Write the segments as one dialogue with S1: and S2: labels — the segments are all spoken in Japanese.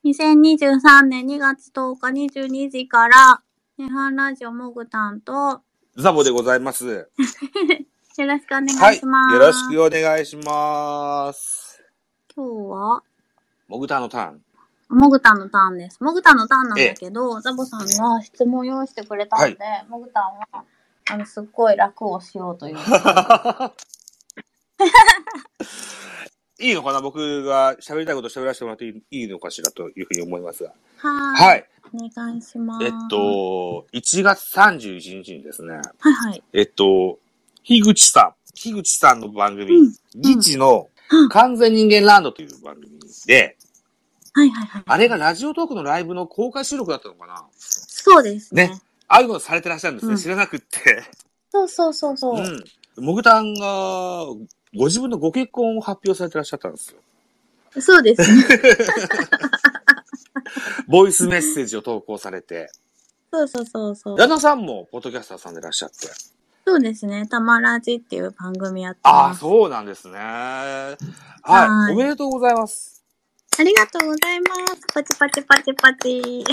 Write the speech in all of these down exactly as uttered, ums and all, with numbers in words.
S1: にせんにじゅうさんねんにがつとおかにじゅうにじから、ネハンラジオもぐたんと、
S2: ザボでございます。よ
S1: ろしくお願いします。
S2: はい。よろしくお願いします。
S1: 今日は、
S2: もぐたのターン。
S1: もぐたんのターンです。もぐたんのターンなんだけど、ザボさんが質問を用意してくれたので、はい、もぐたんは、あの、すっごい楽をしようという。
S2: いいのかな、僕が喋りたいこと喋らせてもらっていいのかしらというふうに思いますが。
S1: はい。
S2: はい。
S1: お願いします。
S2: えっと、いちがつさんじゅういちにちにですね。
S1: はいはい。
S2: えっと、樋口さん。樋口さんの番組、うん、ギチの完全人間ランドという番組で、
S1: はいはいはい。あ
S2: れがラジオトークのライブの公開収録だったのかな？
S1: そうですね。
S2: ね。ああいうのされてらっしゃるんですね。うん、知らなくって。
S1: そうそうそうそう。
S2: うん。もぐたんが、ご自分のご結婚を発表されてらっしゃったんですよ。
S1: そうですね。
S2: ボイスメッセージを投稿されて。
S1: そうそうそうそう。
S2: 旦那さんもポッドキャスターさんでいらっしゃって。
S1: そうですね。たまらじっていう番組やってます。
S2: ああ、そうなんですね。はい。はいおめでとうございます。
S1: ありがとうございます。パチパチパチパチ。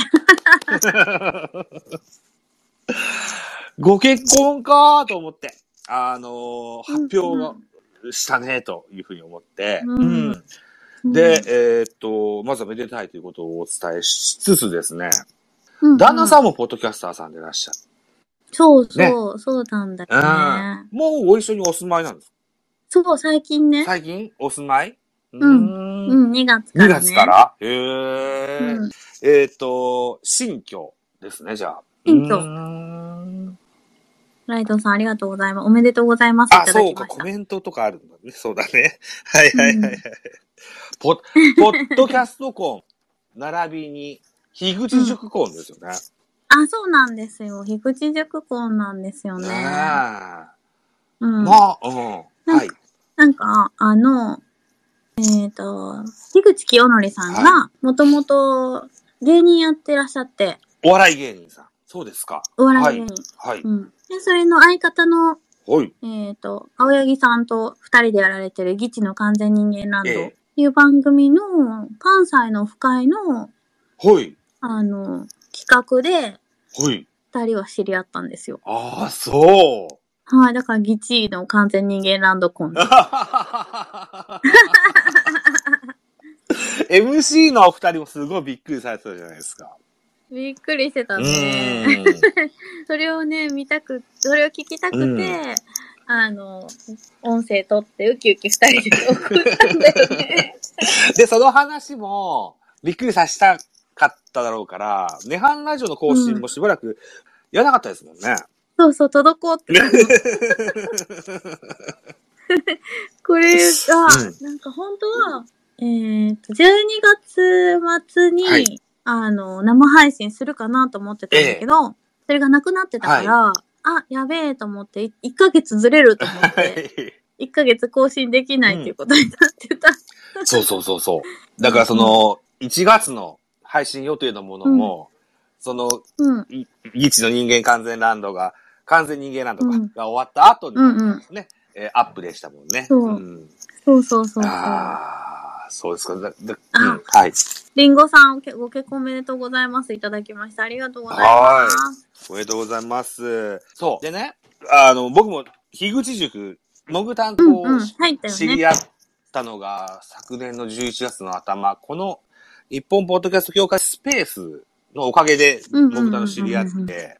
S2: ご結婚かーと思って、あのー、発表がしたねというふうに思って、うんうん、で、えー、っと、まずはめでたいということをお伝えしつつですね、うんうん、旦那さんもポッドキャスターさんでいらっしゃる。
S1: そうそう、ね、そうなんだよね、
S2: うん。もうご一緒にお住まいなんですか？
S1: そう、最近ね。
S2: 最近お住まい？
S1: うん。うん、にがつから、ね。
S2: にがつからへー。うん、えー、っと、新居ですね、じゃあ。
S1: 新居。ライドさんありがとうございます。おめでとうございます。いただきました。
S2: あ、そうか、コメントとかあるんだね。そうだね。はいはいはいはい。うん、ポ, ポッドキャスト婚、並びに、樋口塾婚ですよね、うん。
S1: あ、そうなんですよ。樋口塾婚なんですよね。
S2: あ
S1: うん、
S2: まあ、うん。はい。
S1: なんか、あの、えっと、樋口清則さんが、もともと芸人やってらっしゃって。
S2: お笑い芸人さん。そうですか。
S1: お笑い芸人。
S2: はい。はい、
S1: うん。で、それの相方の、
S2: はい。
S1: えっと、青柳さんと二人でやられてるギチの完全人間ランドっていう番組の、関西のオフ会の、
S2: はい。
S1: あの、企画で、
S2: はい。
S1: 二人は知り合ったんですよ。
S2: ああ、そう。
S1: はい、だからギチの完全人間ランドコン。
S2: エムシー のお二人もすごいびっくりされてたじゃないですか。
S1: びっくりしてたね。それをね、見たく、それを聞きたくて、うん、あの、音声取ってウキウキ二人で送ったんだよね。
S2: で、その話もびっくりさせたかっただろうから、ネハンラジオの更新もしばらくやらなかったですもんね。うん、
S1: そうそう、滞ってたの。これが、うん、なんか本当は、えっと、じゅうにがつ末に、はい、あの、生配信するかなと思ってたんだけど、えー、それがなくなってたから、はい、あ、やべえと思って、いっかげつずれると思って、いっかげつ更新できないっていうことになってた。
S2: うん、そうそうそうそう。だからその、いちがつの配信予定のものも、うん、その、うん、ギチの人間完全ランドが、完全人間ランドが、うん、が終わった後にね、うんうんえー、アップでしたもんね。
S1: そう。うん、そうそうそうそう。
S2: ああ、そうですか。だだ
S1: うん、はい。リンゴさん、ご結婚おめでとうございます。いただきました。ありがとうございます。はい。
S2: おめでとうございます。そう。でね、あの、僕も、樋口塾、モグタンと、うんうんね、知り合ったのが、昨年のじゅういちがつの頭、この、日本ポッドキャスト協会スペースのおかげで、モグタンと知り合って、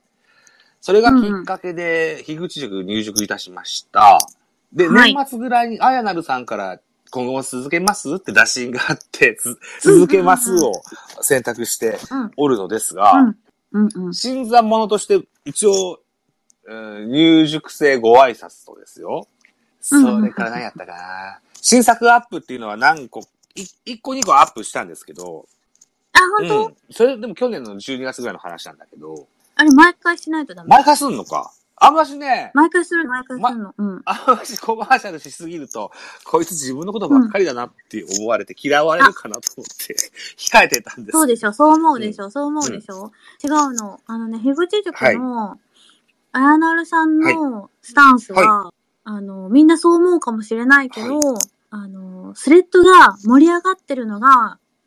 S2: それがきっかけで、樋口塾入塾いたしました。で、はい、年末ぐらいに、あやなるさんから、今後も続けますって打診があって、続けますを選択しておるのですが、うんうんうん、新参者として一応、うん、入塾生ご挨拶とですよ。それから何やったかな。新作アップっていうのは何個、いっこにこアップしたんですけど。
S1: あ、本当？うん。
S2: それでも去年のじゅうにがつぐらいの話なんだけど。
S1: あれ、毎回しないとダメ。
S2: 毎回すんのか。あんましね。
S1: 毎回する、毎回するの。ま、うん。
S2: あんましコマーシャルしすぎると、こいつ自分のことばっかりだなって思われて嫌われるかなと思って、控えてたんです。
S1: そうでしょ、そう思うでしょ、うん、そう思うでしょ、うん、違うの。あのね、樋口塾の、あやなるさんのスタンスは、はいはい、あの、みんなそう思うかもしれないけど、はい、あの、スレッドが盛り上がってるのが、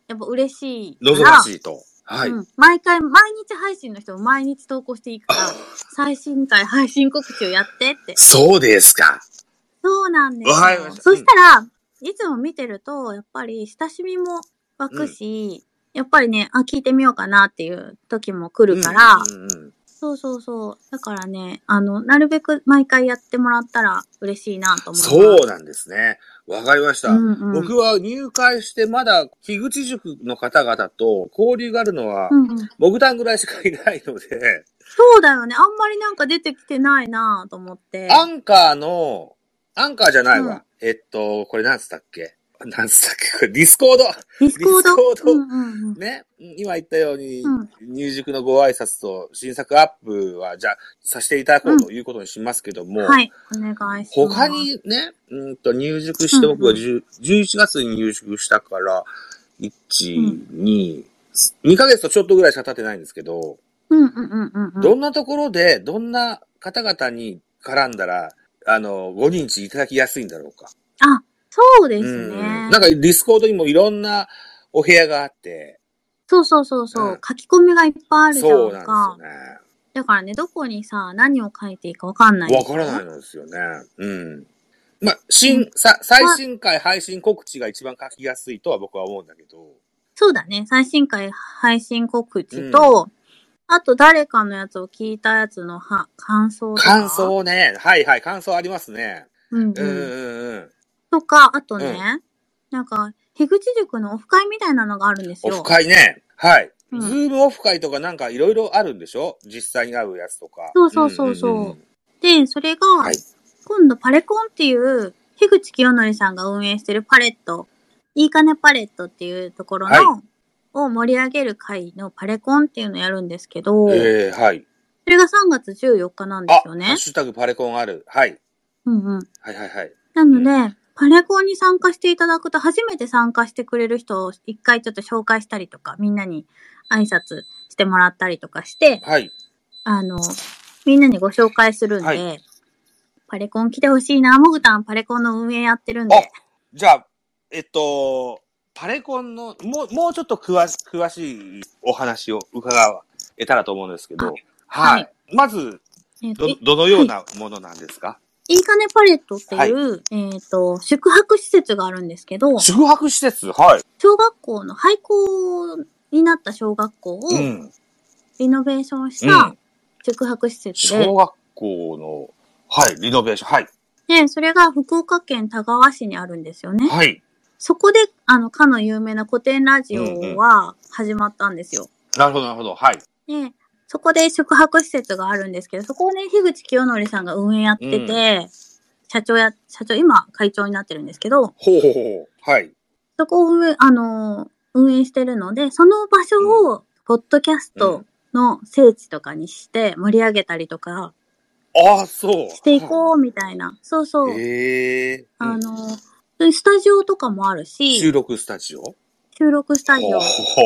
S1: やっぱ嬉しい
S2: から。望ましいと。はい、うん。
S1: 毎回、毎日配信の人も毎日投稿していいから、最新回配信告知をやってって。
S2: そうですか。
S1: そうなんですよ。はい、そしたら、うん、いつも見てると、やっぱり親しみも湧くし、うん、やっぱりね、あ、聞いてみようかなっていう時も来るから、うんうんうん、そうそうそう。だからね、あの、なるべく毎回やってもらったら嬉しいなと思います。
S2: そうなんですね。わかりました、うんうん。僕は入会してまだ、樋口塾の方々と交流があるのは、うんうん、モグタンぐらいしかいないので。
S1: そうだよね。あんまりなんか出てきてないなと思って。
S2: アンカーの、アンカーじゃないわ。うん、えっと、これなんつったっけなんつったっけこれディスコード。
S1: ディスコード。
S2: ディスコード、
S1: うんうんうん、
S2: ね。今言ったように、うん、入塾のご挨拶と新作アップは、じゃあ、させていただこうということにしますけども。うん、
S1: はい。お願いします。
S2: 他にね、うんと入塾して僕がじゅう、じゅういちがつに入塾したから、いち、に、にかげつとちょっとぐらいしか経ってないんですけど、
S1: うんうんうんうんうん、
S2: どんなところで、どんな方々に絡んだら、あの、ご認知いただきやすいんだろうか。
S1: あ、そうですね。
S2: なんかディスコードにもいろんなお部屋があって。
S1: そうそうそうそう、うん、書き込みがいっぱいあるじゃんか。
S2: そうなんですよね。
S1: だからね、どこにさ、何を書いていいかわかんない。
S2: わからないんですよね。うん。まあ、新、うん、さ、最新回配信告知が一番書きやすいとは僕は思うんだけど。
S1: そうだね。最新回配信告知と、うん、あと誰かのやつを聞いたやつのは感想とか。
S2: 感想ね。はいはい。感想ありますね。
S1: うんうん。
S2: うんうんうん。
S1: とか、あとね、うん、なんか、樋口塾のオフ会みたいなのがあるんですよ。
S2: オフ会ね。はい。うん、ズームオフ会とかなんかいろいろあるんでしょ？実際に会うやつとか。
S1: そうそうそうそう。うんうんうん、で、それが、はい、今度パレコンっていう、樋口清則さんが運営してるパレット、いいかねパレットっていうところの、はい、を盛り上げる会のパレコンっていうのをやるんですけど、
S2: えー、はい。
S1: それがさんがつじゅうよっかなんですよね。
S2: ハッシュタグパレコンある。はい。
S1: うんうん。
S2: はいはいはい。
S1: なので、うん、パレコンに参加していただくと、初めて参加してくれる人を一回ちょっと紹介したりとか、みんなに挨拶してもらったりとかして、
S2: はい。
S1: あの、みんなにご紹介するんで、はい、パレコン来てほしいな。モグタンパレコンの運営やってるんで。
S2: あ、じゃあ、えっと、パレコンの、もう、もうちょっと詳し、詳しいお話を伺えたらと思うんですけど、はい。はい、まず、えー、ど、どのようなものなんですか？
S1: いいかねパレットっていう、はい、えっと、宿泊施設があるんですけど、
S2: 宿泊施設はい。
S1: 小学校の廃校になった小学校を、リノベーションした宿泊施設で、
S2: うん、小学校の、はい、リノベーション、はい。
S1: で、それが福岡県田川市にあるんですよね。
S2: はい。
S1: そこで、あの、かの有名な古典ラジオは始まったんですよ。うん
S2: うん、なるほど、なるほど、はい。
S1: で、そこで宿泊施設があるんですけど、そこをね、樋口清則さんが運営やってて、うん、社長や、社長、今会長になってるんですけど、
S2: ほうほうほう、はい。
S1: そこを運営、あのー、運営してるので、その場所を、ポッドキャストの聖地とかにして盛り上げたりとか、
S2: ああ、そう。
S1: していこう、みたいな。そうそう。
S2: へえ。
S1: あのー、スタジオとかもあるし、
S2: 収録スタジオ
S1: 収録スタジオ。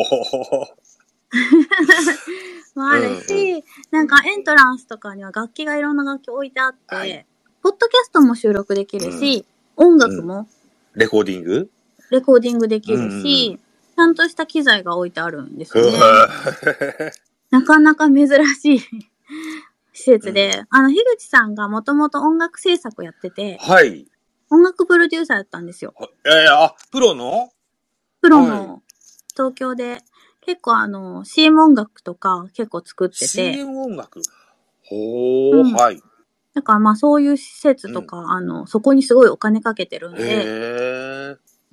S1: もあるし、うんうん、なんかエントランスとかには楽器がいろんな楽器置いてあって、はい、ポッドキャストも収録できるし、うん、音楽も、
S2: うん、レコーディング
S1: レコーディングできるし、うん、ちゃんとした機材が置いてあるんですよね。なかなか珍しい施設で、うん、あの、樋口さんがもともと音楽制作やってて、
S2: はい。
S1: 音楽プロデューサーやったんですよ。
S2: えー、あ、プロの
S1: プロの、はい、東京で、結構あの、シーエム 音楽とか結構作ってて。
S2: シーエム 音楽ほー、うん、はい。
S1: だからまあそういう施設とか、うん、あの、そこにすごいお金かけてるんで。
S2: へー。
S1: うん。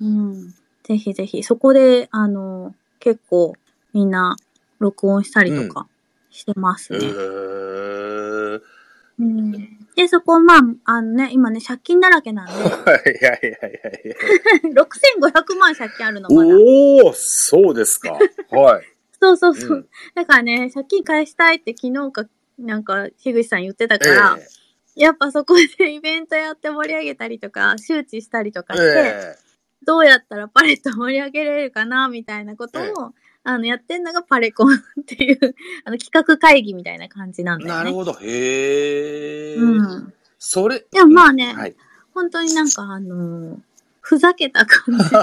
S1: ぜひぜひ、そこで、あの、結構みんな録音したりとかしてますね。うん、へー。うん、で、そこ、まあ、あのね、今ね、借金だらけなんで。いやい
S2: やいやいや。
S1: ろくせんごひゃくまん借金あるのまだ。
S2: おー、そうですか。はい。
S1: そうそうそう、うん。だからね、借金返したいって昨日か、なんか、樋口さん言ってたから、えー、やっぱそこでイベントやって盛り上げたりとか、周知したりとかして、えー、どうやったらパレット盛り上げられるかな、みたいなことを、えーあの、やってんのがパレコンっていう、あの、企画会議みたいな感じなんだよね。
S2: なるほど。へー。
S1: うん。
S2: それ。
S1: でもまあね、はい、本当になんかあのー、 ふざけた感じで。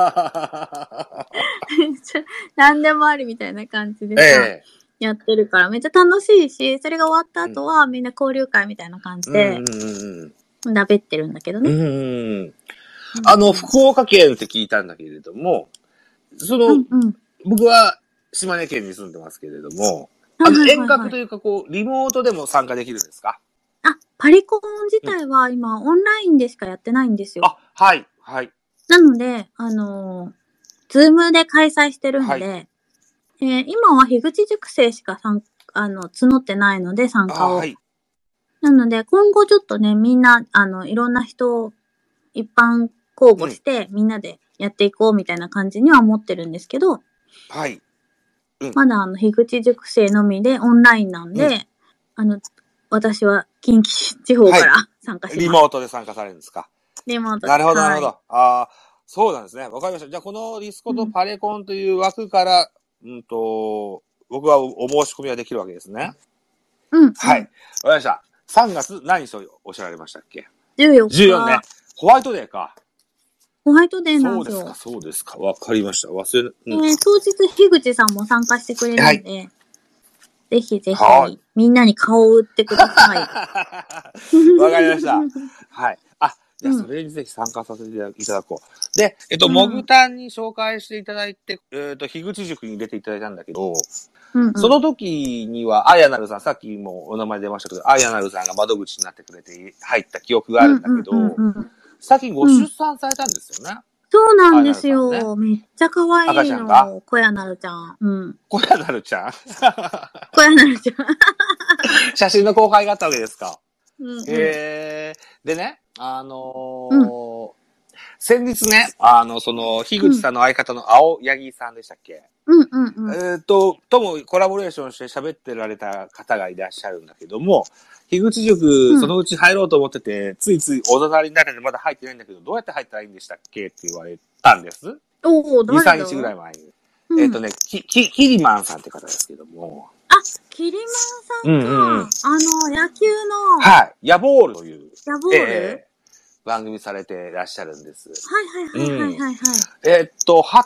S1: 何でもありみたいな感じでさ、えー、やってるからめっちゃ楽しいし、それが終わった後はみんな交流会みたいな感じで、だべってるんだけどね。
S2: うんうん、あの、福岡県って聞いたんだけれども、その、うんうん、僕は島根県に住んでますけれども、あの、遠隔というかこう、リモートでも参加できるんですか？
S1: あ、パリコン自体は今、オンラインでしかやってないんですよ。
S2: あ、はい、はい。
S1: なので、あのー、ズームで開催してるんで、はい、えー、今は樋口塾生しか参あの、募ってないので、参加を。はい、なので、今後ちょっとね、みんな、あの、いろんな人を一般公募して、うん、みんなでやっていこうみたいな感じには思ってるんですけど、
S2: はい。
S1: うん、まだあの、樋口塾生のみでオンラインなんで、うん、あの、私は近畿地方から参加します、はい。
S2: リモートで参加されるんですか？
S1: リモートで。
S2: なるほど、なるほど。はい、ああ、そうなんですね。わかりました。じゃあ、このディスコとパレコンという枠から、うん、うんと、僕はお申し込みはできるわけですね。
S1: うん。
S2: はい。わかりました。さんがつ何日とおっしゃられましたっけ？
S1: じゅうよっか。
S2: じゅうよっかね。ホワイトデーか。
S1: ホワイトデーなんですよ。
S2: そうですか、そうですか。わかりました。忘れ、
S1: うん、えー、当日、樋口さんも参加してくれるんで、はい、ぜひぜひ、みんなに顔を打ってください。
S2: わかりました。はい。あ、じゃあそれにぜひ参加させていただこう。で、えっと、モグタンに紹介していただいて、えっと、樋口塾に出ていただいたんだけど、うんうん、その時には、あやなるさん、さっきもお名前出ましたけど、あやなるさんが窓口になってくれて入った記憶があるんだけど、うんうんうんうん、さっきご出産されたんですよね。うん、
S1: そうなんですよ。ね、めっちゃ可愛いの。赤ちゃんが小屋なるちゃん。うん。
S2: 小屋なるちゃん
S1: 小屋なるちゃん。
S2: 写真の公開があったわけですか。
S1: うんうん、
S2: えー、でね、あのーうん、先日ね、あの、その、樋口さんの相方の青柳さんでしたっけ？
S1: うんうんうん。
S2: えっと、ともコラボレーションして喋ってられた方がいらっしゃるんだけども、樋口塾、うん、そのうち入ろうと思ってて、ついついおざなりになっててまだ入ってないんだけど、どうやって入ったらいいんでしたっけって言われたんです。
S1: おー、誰だ？
S2: に、さんにちぐらい前に。うん、えっとね、き、き、キリマンさんって方ですけども。
S1: あ、キリマンさんか。うんうんうん、あの、野球の。
S2: はい。ヤボールという。
S1: ヤボール、
S2: えー、番組されてらっしゃるんです。
S1: はいはいはいはいはい、はい、うん。
S2: えー、っと、はって、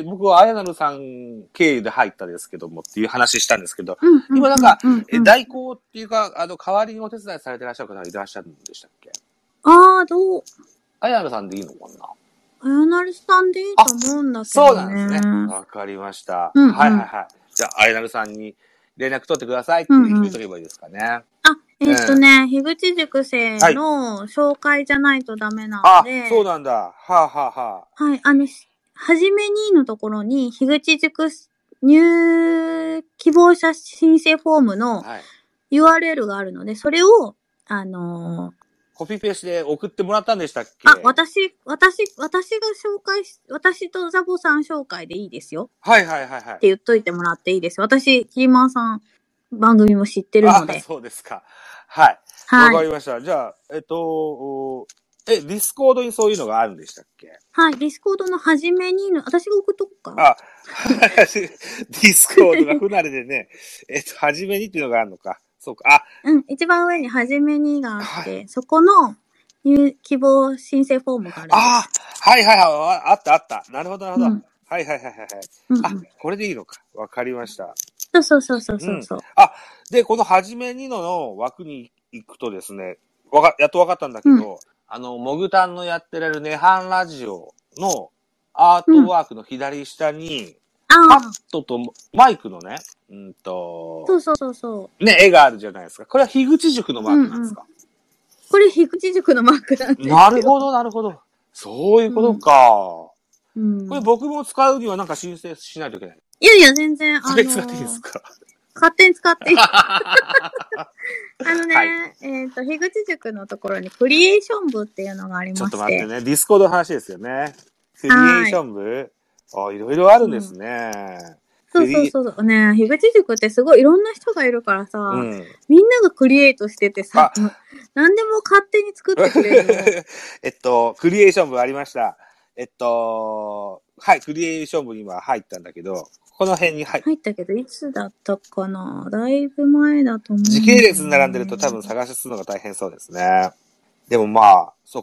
S2: 僕はあやなるさん経由で入ったんですけどもっていう話したんですけど、うんうんうんうん、今なんか、え代行っていうか、あの、代わりにお手伝いされてらっしゃる方がいらっしゃるんでしたっけ？
S1: ああ、どう
S2: あやなるさんでいいのかな？
S1: あやなるさんでいいと思うんだけどね。
S2: そうなんですね。わかりました。うんうん、はいはいはい。じゃあ、あやなるさんに連絡取ってくださいって言うとけばいいですかね。うんうん、
S1: あ、えー、っとね、うん、樋口塾生の紹介じゃないとダメなので。
S2: あ、そうなんだ。はあ、はあは
S1: あ、はい、あの、はじめにのところに、樋口塾入希望者申請フォームの ユーアールエル があるので、それを、あのー、
S2: コピペして送ってもらったんでしたっけ？
S1: あ、私、私、私が紹介し、私とザボさん紹介でいいですよ。
S2: はいはいはいはい。
S1: って言っといてもらっていいですよ。私、キーマンさん番組も知ってるので。
S2: あ、そうですか。はい。はい。わかりました。じゃあ、えっと、え、ディスコードにそういうのがあるんでしたっけ？
S1: はい、ディスコードの初めにの、私が送っとくか。
S2: あ、ディスコードが不慣れでね、えっと、初めにっていうのがあるのか。そうか。あ、
S1: うん、一番上に初めにがあって、はい、そこの入希望申請フォームがあるんです。
S2: ああ、はいはいはい、あったあった。なるほどなるほど。うん、はいはいはいはい。うんうん、あ、これでいいのか。わかりました。
S1: そうそうそうそうそうそう、うん。
S2: あ、で、この初めにのの枠に行くとですね、わか、やっとわかったんだけど、うん、あの、モグタンのやってられるネハンラジオのアートワークの左下に、うん、ハットとマイクのね、うんと、
S1: そうそうそうそう。
S2: ね、絵があるじゃないですか。これは樋口塾のマークなんですか？
S1: うんうん、これ樋口塾のマークなんですよ。
S2: なるほど、なるほど。そういうことか。
S1: うん。
S2: これ僕も使うにはなんか申請しないといけない。
S1: いやいや、全然、あのー、
S2: それ使っていいですか？
S1: 勝手に使っていい。あのね、はい、えっと、樋口塾のところにクリエーション部っていうのがありまして。
S2: ちょっと待ってね、ディスコードの話ですよね。クリエーション部？あ、いろいろあるんですね。
S1: うん、そうそうそう。ね、樋口塾ってすごいいろんな人がいるからさ、うん、みんながクリエイトしててさ、何でも勝手に作ってくれるの。
S2: えっと、クリエーション部ありました。えっと、はい、クリエーション部に今入ったんだけど、この辺に入っ
S1: 入ったけど、いつだったかな？だいぶ前だと思う、ね。
S2: 時系列に並んでると多分探しするのが大変そうですね。でもまあ、そうか、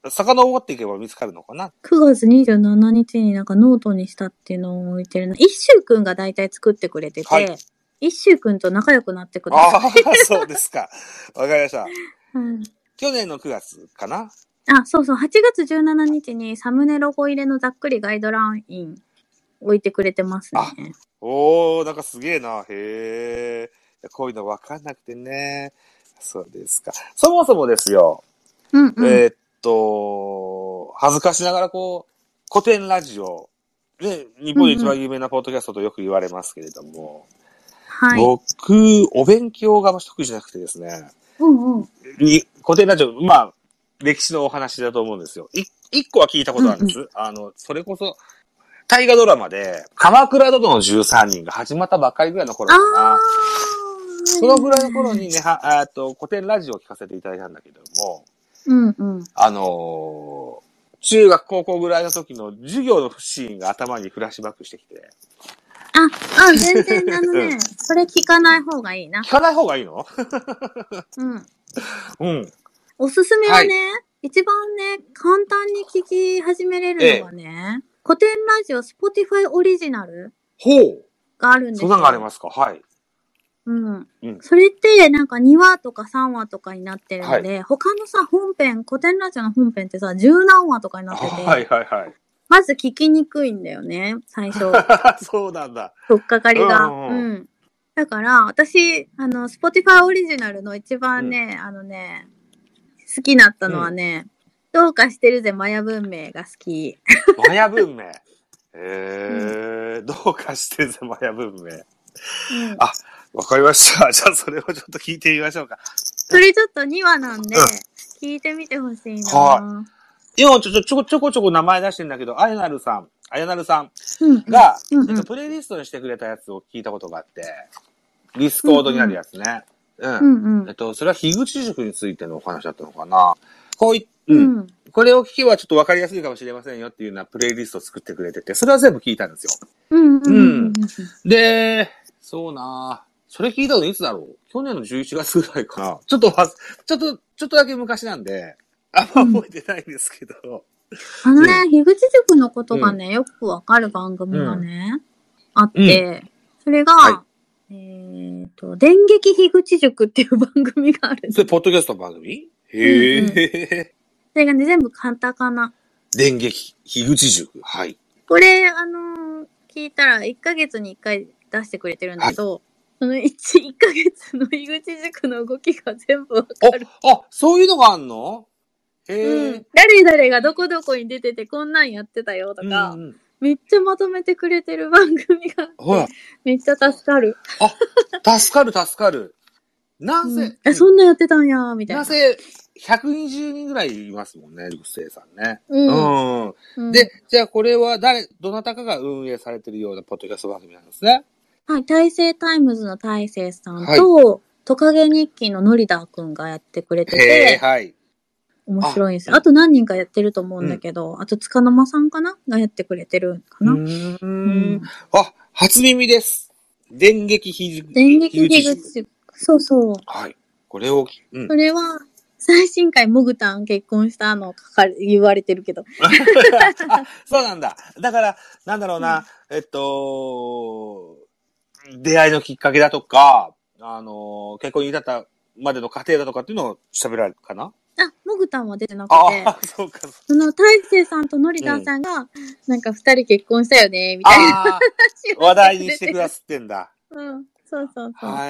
S2: 遡っていけば見つかるのかな。
S1: くがつにじゅうしちにちになんかノートにしたっていうのを置いてるの。一周くんが大体作ってくれてて、はい、一周くんと仲良くなってください。
S2: ああ、そうですか。わかりました。うん、去年のくがつかな。
S1: あ、そうそう。はちがつじゅうしちにちにサムネロゴ入れのざっくりガイドライン置いてくれてますね。あ、
S2: おー、なんかすげえな。へー。こういうのわかんなくてね。そうですか。そもそもですよ。うんうん、えー、っと、恥ずかしながらこう、古典ラジオ、ね、日本で一番有名なポッドキャストとよく言われますけれども、うんうん、僕、お勉強が得意じゃなくてですね、うんうん、古典ラジオ、まあ、歴史のお話だと思うんですよ。い、一個は聞いたことあるんです。うんうん、あの、それこそ、大河ドラマで、鎌倉殿のじゅうさんにんが始まったばっかりぐらいの頃かな。そのぐらいの頃にね、は、えっと、古典ラジオを聞かせていただいたんだけども、うんうん、あのー、中学高校ぐらいの時の授業のシーンが頭にフラッシュバックしてきて。
S1: あ、あ、全然あのね、うん、それ聞かない方がいいな。
S2: 聞かない方がいいの？
S1: うん。うん。おすすめはね、はい、一番ね、簡単に聞き始めれるのはね、ええ、古典ラジオ Spotify オリジナルがあるんですよ。
S2: そんなのがありますか？はい。
S1: うん。うん、それってなんかにわとかさんわとかになってるので、はい、他のさ、本編、古典ラジオの本編ってさ、十何話とかになってて、はいはいはい。まず聞きにくいんだよね、最初。
S2: そうなんだ。
S1: とっかかりが。うん、うんうん。だから、私、あの、Spotify オリジナルの一番ね、うん、あのね、好きになったのはね、うん、どうかしてるぜ、マヤ文明が好き。
S2: マヤ文明へえー、うん、どうかしてるぜ、マヤ文明。うん、あ、わかりました。じゃあ、それをちょっと聞いてみましょうか。
S1: それちょっとにわなんで、うん、聞いてみてほしいな。
S2: はい。今、ちょ、ちょ、ちょこちょこちょこ名前出してんだけど、あやなるさん、あやなるさんが、うんうん、えっと、プレイリストにしてくれたやつを聞いたことがあって、ディスコードにあるやつね。うん、うんうん。えっと、それは樋口塾についてのお話だったのかな。こうい、うん。うん、これを聞けばちょっとわかりやすいかもしれませんよっていうようなプレイリストを作ってくれてて、それは全部聞いたんですよ。うん、うんうん。で、そうなぁ。それ聞いたのいつだろう？去年のじゅういちがつぐらいかな。ちょっとは、ちょっと、ちょっとだけ昔なんで、あんま覚えてないんですけど。うん、
S1: あのね、うん、樋口塾のことがね、うん、よくわかる番組がね、うん、あって、うん、それが、はい、えっと、電撃樋口塾っていう番組がある。
S2: それ、ポッドキャストの番組？へぇ、うんうん、
S1: それがね、全部カタカナ。
S2: 電撃樋口塾。はい。
S1: これ、あのー、聞いたらいっかげつにいっかい出してくれてるんだけど、はい、その 1, いっかげつの樋口塾の動きが全部わかる。
S2: あ、あ、そういうのがあんの？へ
S1: ぇ、うん。誰々がどこどこに出ててこんなんやってたよとか、うんうん、めっちゃまとめてくれてる番組があって、めっちゃ助かる。
S2: あ、助かる助かる。なぜ、
S1: うん、そんなやってたんや、みたいな。
S2: なぜ、ひゃくにじゅうにんぐらいいますもんね、塾生さんね。うん。うん。で、じゃあこれは誰、どなたかが運営されてるようなポッドキャスト番組なんですね。
S1: はい、大成タイムズの大成さんと、はい、トカゲ日記のノリダーくんがやってくれてて、はい。面白いんですよ。あ, あと何人かやってると思うんだけど、うん、あと塚生さんかながやってくれてるかな。うーん、
S2: うん。あ、初耳です。電撃樋口塾。
S1: 電撃樋口塾。そうそう。
S2: はい。これを、
S1: うん、それは、最新回モグタン結婚したの書かれ、言われてるけど。
S2: そうなんだ。だから、なんだろうな、うん、えっと、出会いのきっかけだとか、あの、結婚に至ったまでの過程だとかっていうのを喋られるかな？
S1: あ、モグタンは出てなくて。
S2: あ、そうか。
S1: その、大成さんとノリダーさんが、うん、なんか二人結婚したよね、みたいな話
S2: を話題にしてくださってんだ。
S1: うん。そうそうそう。
S2: はい。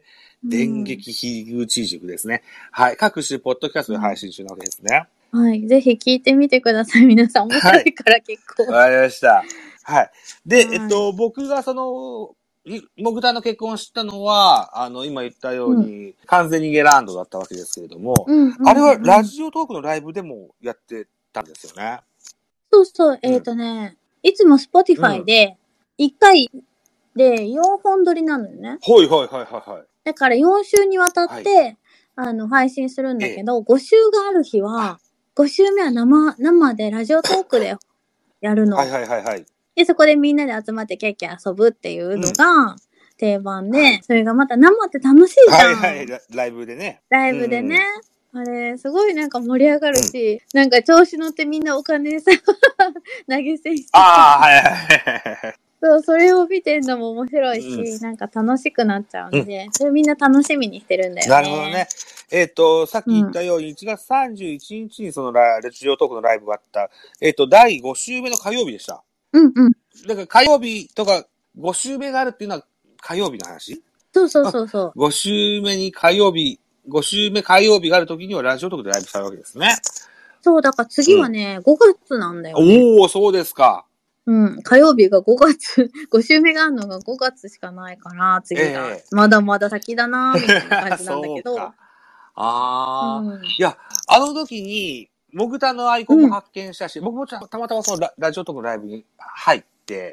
S2: 電撃樋口塾ですね。はい。各種ポッドキャストで配信中なわけですね。
S1: はい。ぜひ聞いてみてください。皆さん面白いから結構。
S2: わ、はい、かりました。はい。で、はい、えっと、僕がその、モグタンの結婚を知ったのは、あの、今言ったように、うん、完全にゲランドだったわけですけれども、うんうんうん、あれはラジオトークのライブでもやってたんですよね。
S1: そうそう。えっとね、うん、いつも Spotify で、いっかいでよんほん撮りなのよね。
S2: はいはいはいはいはい。
S1: だからよんしゅうにわたって、はい、あの、配信するんだけど、ええ、ごしゅうがある日は、ごしゅうめは生、生でラジオトークでやるの。
S2: はいはいはいはい。
S1: で、そこでみんなで集まってキャッキャ遊ぶっていうのが定番で、うん、それがまた生って楽しいじゃん。
S2: はいはい、ライブでね。
S1: ライブでね。 あれ、すごいなんか盛り上がるし、うん、なんか調子乗ってみんなお金さ、投げ銭して。
S2: ああ、はいはいはい。
S1: そう、それを見てんのも面白いし、うん、なんか楽しくなっちゃうんで、うん、それみんな楽しみにしてるんだよね。
S2: なるほどね。えっ、ー、と、さっき言ったように、いちがつさんじゅういちにちにそのラジオトークのライブがあった、えっ、ー、と、だいご週目の火曜日でした。
S1: うんうん。
S2: だから火曜日とかご週目があるっていうのは火曜日の話？
S1: そうそうそうそう。
S2: ご週目に火曜日、ご週目火曜日があるときにはラジオトークでライブされるわけですね。
S1: そう、だから次はね、うん、ごがつなんだよね。
S2: おー、そうですか。
S1: うん、火曜日がごがつ、ご週目があるのがごがつしかないから、次が。えー、まだまだ先だなーみたいな感じなんだけど。そうか。
S2: あー、うん。いや、あの時に、モグタのアイコンも発見したし、うん、僕もたまたまその ラ, ラジオトークのライブに入って、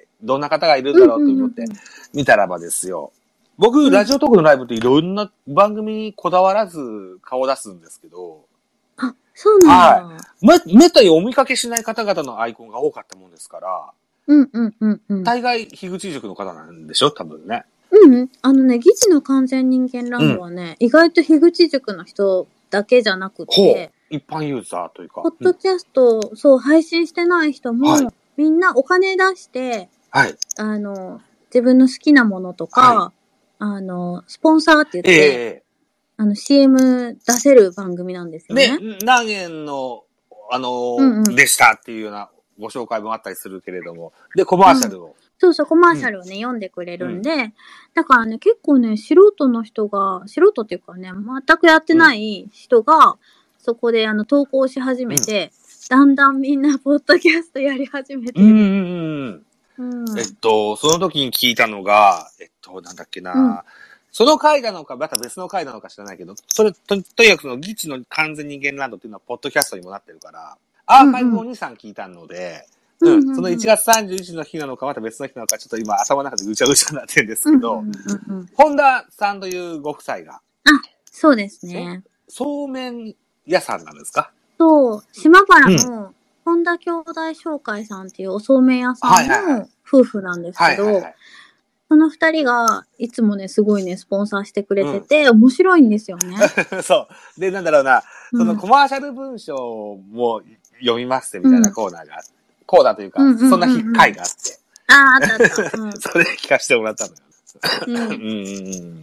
S2: どんな方がいるんだろうと思って見たらばですよ。僕、うん、ラジオトークのライブっていろんな番組にこだわらず顔出すんですけど。
S1: あ、そうなんだ。
S2: はい。め、めったにお見かけしない方々のアイコンが多かったもんですから。
S1: うんうんうんうん。
S2: 大概、樋口塾の方なんでしょ多分ね。
S1: うん、あのね、議事の完全人間ランドはね、うん、意外と樋口塾の人だけじゃなくて、
S2: 一般ユーザーというか。
S1: ポッドキャスト、うん、そう、配信してない人も、はい、みんなお金出して、
S2: はい。
S1: あの、自分の好きなものとか、はい、あの、スポンサーって言って、えー、あの、シーエム 出せる番組なんですよね。
S2: で、何円の、あのーうんうん、でしたっていうようなご紹介もあったりするけれども、で、コマーシャルを。うん、
S1: そうそう、コマーシャルをね、うん、読んでくれるんで、うん、だからね、結構ね、素人の人が、素人っていうかね、全くやってない人が、うん、そこであの投稿し始めて、うん、だんだんみんなポッドキャストやり始めてる。
S2: うんうんうん、えっと、その時に聞いたのが、えっと、なんだっけな、うん、その回なのか、また別の回なのか知らないけど、それ、と、とにかくその、議事の完全人間ランドっていうのは、ポッドキャストにもなってるから、アーカイブをに、さん聞いたので、うんうんうん、そのいちがつさんじゅういちにちの日なのか、また別の日なのか、ちょっと今頭の中でぐちゃぐちゃになってるんですけど、うんうんうんうん、本田さんというご夫妻が。
S1: あ、そうですね。
S2: そうめん屋さんなんですか？
S1: そう、島原の本田兄弟商会さんっていうおそうめん屋さんの夫婦なんですけど、その二人がいつもね、すごいね、スポンサーしてくれてて、うん、面白いんですよね。
S2: そう。で、なんだろうな、そのコマーシャル文章も読みますってみたいなコーナーがあって、うんこうだというか、うんうんうんうん、そんな日回があって。
S1: ああ、あったあった。うん、
S2: それで聞かせてもらったのよ。
S1: うんうんうん、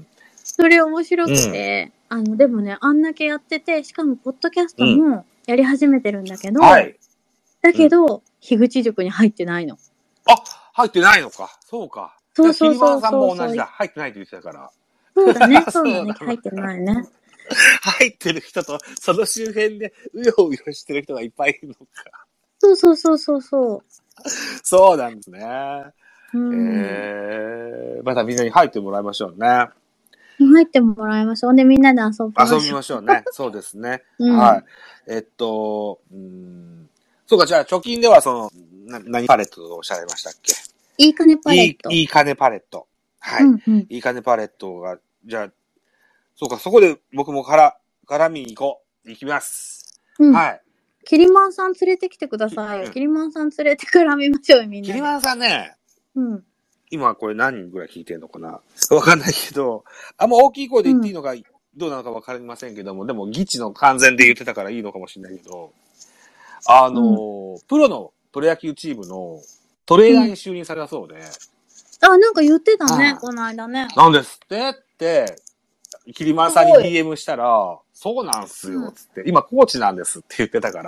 S1: それ面白くて、うん、あの、でもね、あんだけやってて、しかも、ポッドキャストもやり始めてるんだけど、うん、はい。だけど、樋口塾に入ってないの。
S2: あ、入ってないのか。そうか。
S1: そうそうそうそう。
S2: さんも同じだ。入ってないって言ってたから。
S1: そうだね、そうだね。入ってないね。
S2: 入ってる人と、その周辺でうようよしてる人がいっぱいいるのか。
S1: そうそうそうそうそう。
S2: そうなんですね。うん、えー、またみんなに入ってもらいましょうね。
S1: 入ってもらいましょう。で、みんなで遊びましょう。
S2: 遊びましょうね。そうですね。うん、はい。えっと、うん、そうか、じゃあ貯金ではその、な何パレットとおっしゃいましたっけ？
S1: いい金パレット。
S2: いい、いい金パレット。はい。うんうん、いい金パレットが、じゃあ、そうか、そこで僕もから、絡みに行こう。行きます。うん、はい。
S1: キリマンさん連れてきてくださいよ。うん、キリマンさん連れて絡みましょう、みんな。
S2: キリマンさんね。
S1: うん。
S2: 今これ何人ぐらい聞いてんのかなわかんないけど、あんま大きい声で言っていいのか、うん、どうなのかわかりませんけども、でも、議事の完全で言ってたからいいのかもしれないけど、あのーうん、プロのプロ野球チームのトレーナーに就任されたそうで。うん、
S1: あ、なんか言ってたね、この間ね。
S2: なんですってって、キリマンさんに ディーエム したら、そうなんすよ、つって、うん、今コーチなんですって言ってたから、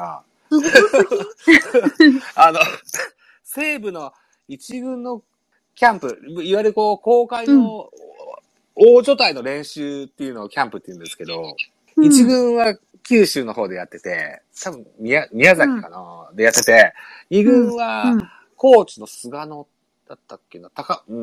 S2: あの、西部の一軍のキャンプ、いわゆるこう、公開の大所帯の練習っていうのをキャンプって言うんですけど、うん、一軍は九州の方でやってて、多分宮、宮崎かな、うん、でやってて、二軍は高知の菅野だったっけな、たか、うん、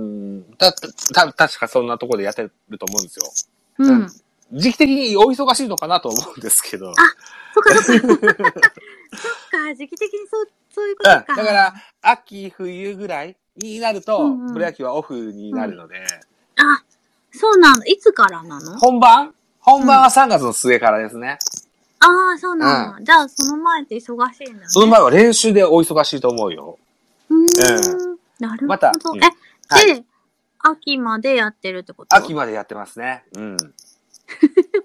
S2: た、た、確かそんなところでやってると思うんですよ。
S1: うん。
S2: 時期的にお忙しいのかなと思うんですけど。
S1: あ、そっかそっか。そっか、時期的にそう、そういうことか。
S2: うん、だから、秋、冬ぐらいになると、うんうん、プロ野球はオフになるので。うん、
S1: あ、そうなの。いつからなの？
S2: 本番本番はさんがつの末からですね。
S1: うん、ああ、そうなの、うん。じゃあ、その前って忙しいんだね。
S2: その前は練習でお忙しいと思うよ。
S1: うーん。うん、なるほど。また、うん、え、はい、で、秋までやってるってこと？
S2: 秋までやってますね。うん。
S1: プ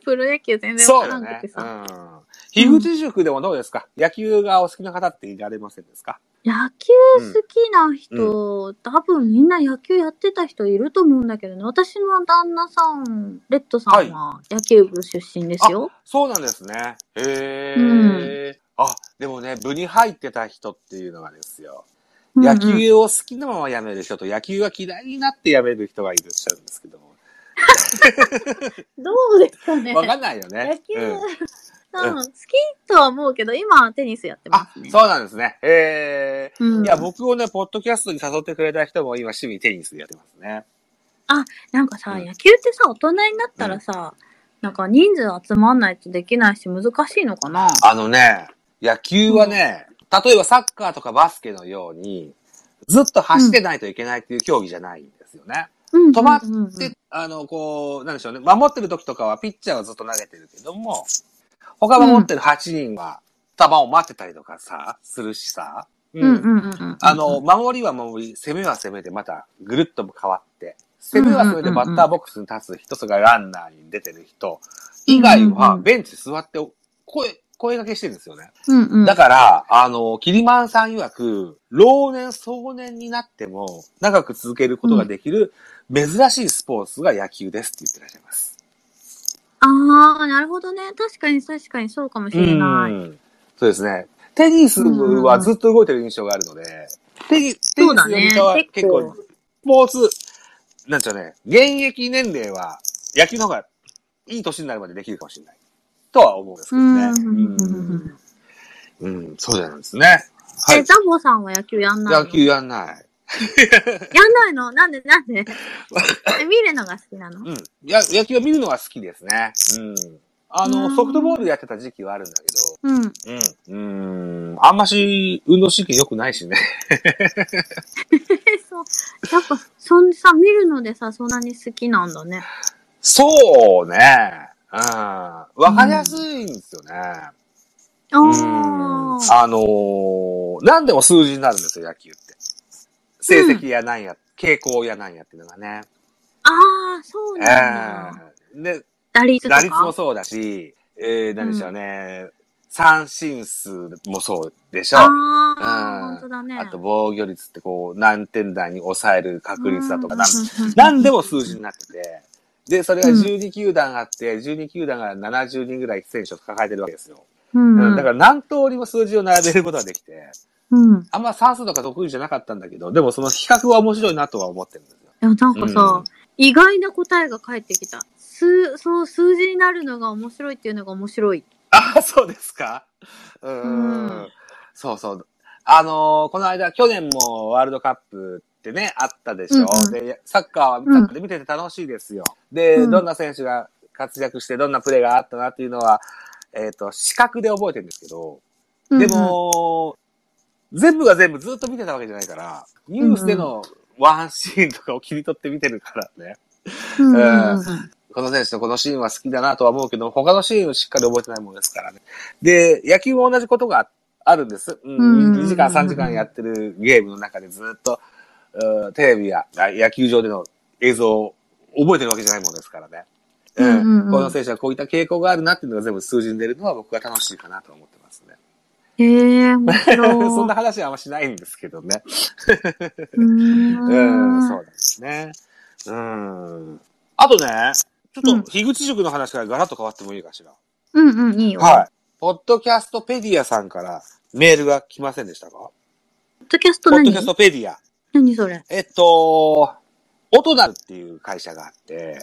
S1: プロ野球全然わからんくてさ。
S2: そうよね。うん。樋口塾でもどうですか、うん、野球がお好きな方っていられませんですか？
S1: 野球好きな人、うん、多分みんな野球やってた人いると思うんだけどね。私の旦那さん、レッドさんは野球部出身ですよ。
S2: はい、そうなんですね。へー、うん。あ、でもね、部に入ってた人っていうのがですよ。野球を好きなまま辞める人と野球が嫌いになって辞める人がいらっしゃるんですけども。
S1: どうですかね。
S2: わかんないよね。
S1: 野球、うんうん、好きとは思うけど、今はテニスやってますね。
S2: あ、そうなんですね。えーうん、いや、僕をね、ポッドキャストに誘ってくれた人も今趣味テニスでやってますね。
S1: あ、なんかさ、うん、野球ってさ、大人になったらさ、うん、なんか人数集まんないとできないし難しいのかな？
S2: あのね、野球はね、うん、例えばサッカーとかバスケのように、ずっと走ってないといけないっていう競技じゃないんですよね。うん、止まって、うんうんうん、あの、こう、なんでしょうね、守ってる時とかはピッチャーはずっと投げてるけども、他守ってるはちにんは球を待ってたりとかさ、するしさ。うん。あの、守りは守り、攻めは攻めでまたぐるっと変わって、攻めは攻めでバッターボックスに立つ人、それからランナーに出てる人以外はベンチ座って声、声掛けしてるんですよね。うんうん、だから、あの、キリマンさん曰く、老年、壮年になっても長く続けることができる珍しいスポーツが野球ですって言ってらっしゃいます。
S1: ああ、なるほどね。確かに確かにそうかもしれない。うん、
S2: そうですね。テニスはずっと動いてる印象があるので、テニス、テニスよりかは結構、スポーツ、なんちゃうね、現役年齢は野球の方がいい年になるまでできるかもしれない。とは思うんですけどね。うんうん、そうなんですね。
S1: はい、え、ザボさんは野球やんないの？
S2: 野球やんない。や
S1: んないの？なんでなんでえ、見るのが好きなの？
S2: うん。や、野球を見るのが好きですね。うん。あの、ソフトボールやってた時期はあるんだけど、うん。うん。うん。あんまし、運動神経良くないしね。
S1: そう。やっぱ、そんさ、見るのでさ、そんなに好きなんだね。
S2: そうね。うん。わかりやすいんですよね。うん。あのー、何でも数字になるんですよ、野球って。成績やなんや、うん、傾向やなんやっていうのがね。
S1: ああ、そうなんだ。
S2: えー、で、
S1: 打率とか？
S2: 打率もそうだし、えー、何でしょうね、うん、三振数もそうでしょ。あ
S1: あ、うん、本当だね。
S2: あと防御率ってこう、何点台に抑える確率だとか、なん何でも数字になってて、で、それがじゅうに球団あって、じゅうに球団がななじゅうにんぐらい選手を抱えてるわけですよ。うんうん、だから何通りも数字を並べることができて、うん、あんま算数とか得意じゃなかったんだけど、でもその比較は面白いなとは思ってるんですよ。
S1: いや、なんかさ、うん、意外な答えが返ってきた。数、そう、数字になるのが面白いっていうのが面白い。
S2: あ、そうですか？うーん。うん、そうそう。あのー、この間、去年もワールドカップってね、あったでしょ、うんうん、で、サッカーは見てて楽しいですよ。で、うん、どんな選手が活躍して、どんなプレーがあったなっていうのは、えっと、視覚で覚えてるんですけど、でも、うんうん、全部が全部ずっと見てたわけじゃないから、ニュースでのワンシーンとかを切り取って見てるからね。うんうんうん、この選手のこのシーンは好きだなとは思うけど、他のシーンをしっかり覚えてないものですからね。で、野球も同じことがあるんです。うん、にじかんさんじかんやってるゲームの中でずっと、テレビや野球場での映像を覚えてるわけじゃないものですからね。うんうんうん、この選手はこういった傾向があるなっていうのが全部数字に出るのは僕が楽しいかなと思ってますね。
S1: へえー、面白い。
S2: そんな話はあんましないんですけどね。うーん、そうですね。うん。あとね、ちょっと、樋口塾の話からガラッと変わってもいいかしら。
S1: うんうん、いいよ。
S2: はい。ポッドキャストペディアさんからメールが来ませんでしたか？ポ
S1: ッドキャスト何？
S2: ポッドキャストペディア。
S1: 何それ？
S2: えっと、オトナルっていう会社があって、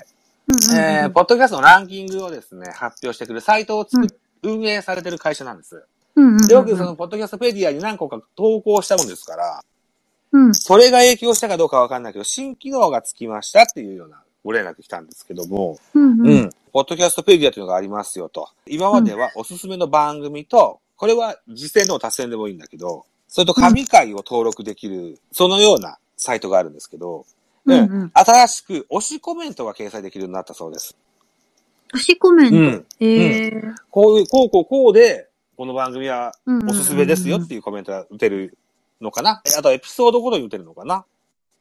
S2: うんうんうん、えー、ポッドキャストのランキングをですね、発表してくるサイトを作っ、うん、運営されてる会社なんです。うんうんうんうん、で、僕、その、ポッドキャストペディアに何個か投稿したもんですから、うん、それが影響したかどうかわかんないけど、新機能がつきましたっていうようなご連絡来たんですけども、うんうんうん、ポッドキャストペディアというのがありますよと。今まではおすすめの番組と、これは実践でも達成でもいいんだけど、それと神回を登録できる、そのようなサイトがあるんですけど、うんうん、新しく推しコメントが掲載できるようになったそうです。
S1: 推しコメント、うん、へー、
S2: うん、こういう、こうこうこうで、この番組はおすすめですよっていうコメントが打てるのかな、あとエピソードごとに打てるのかなっ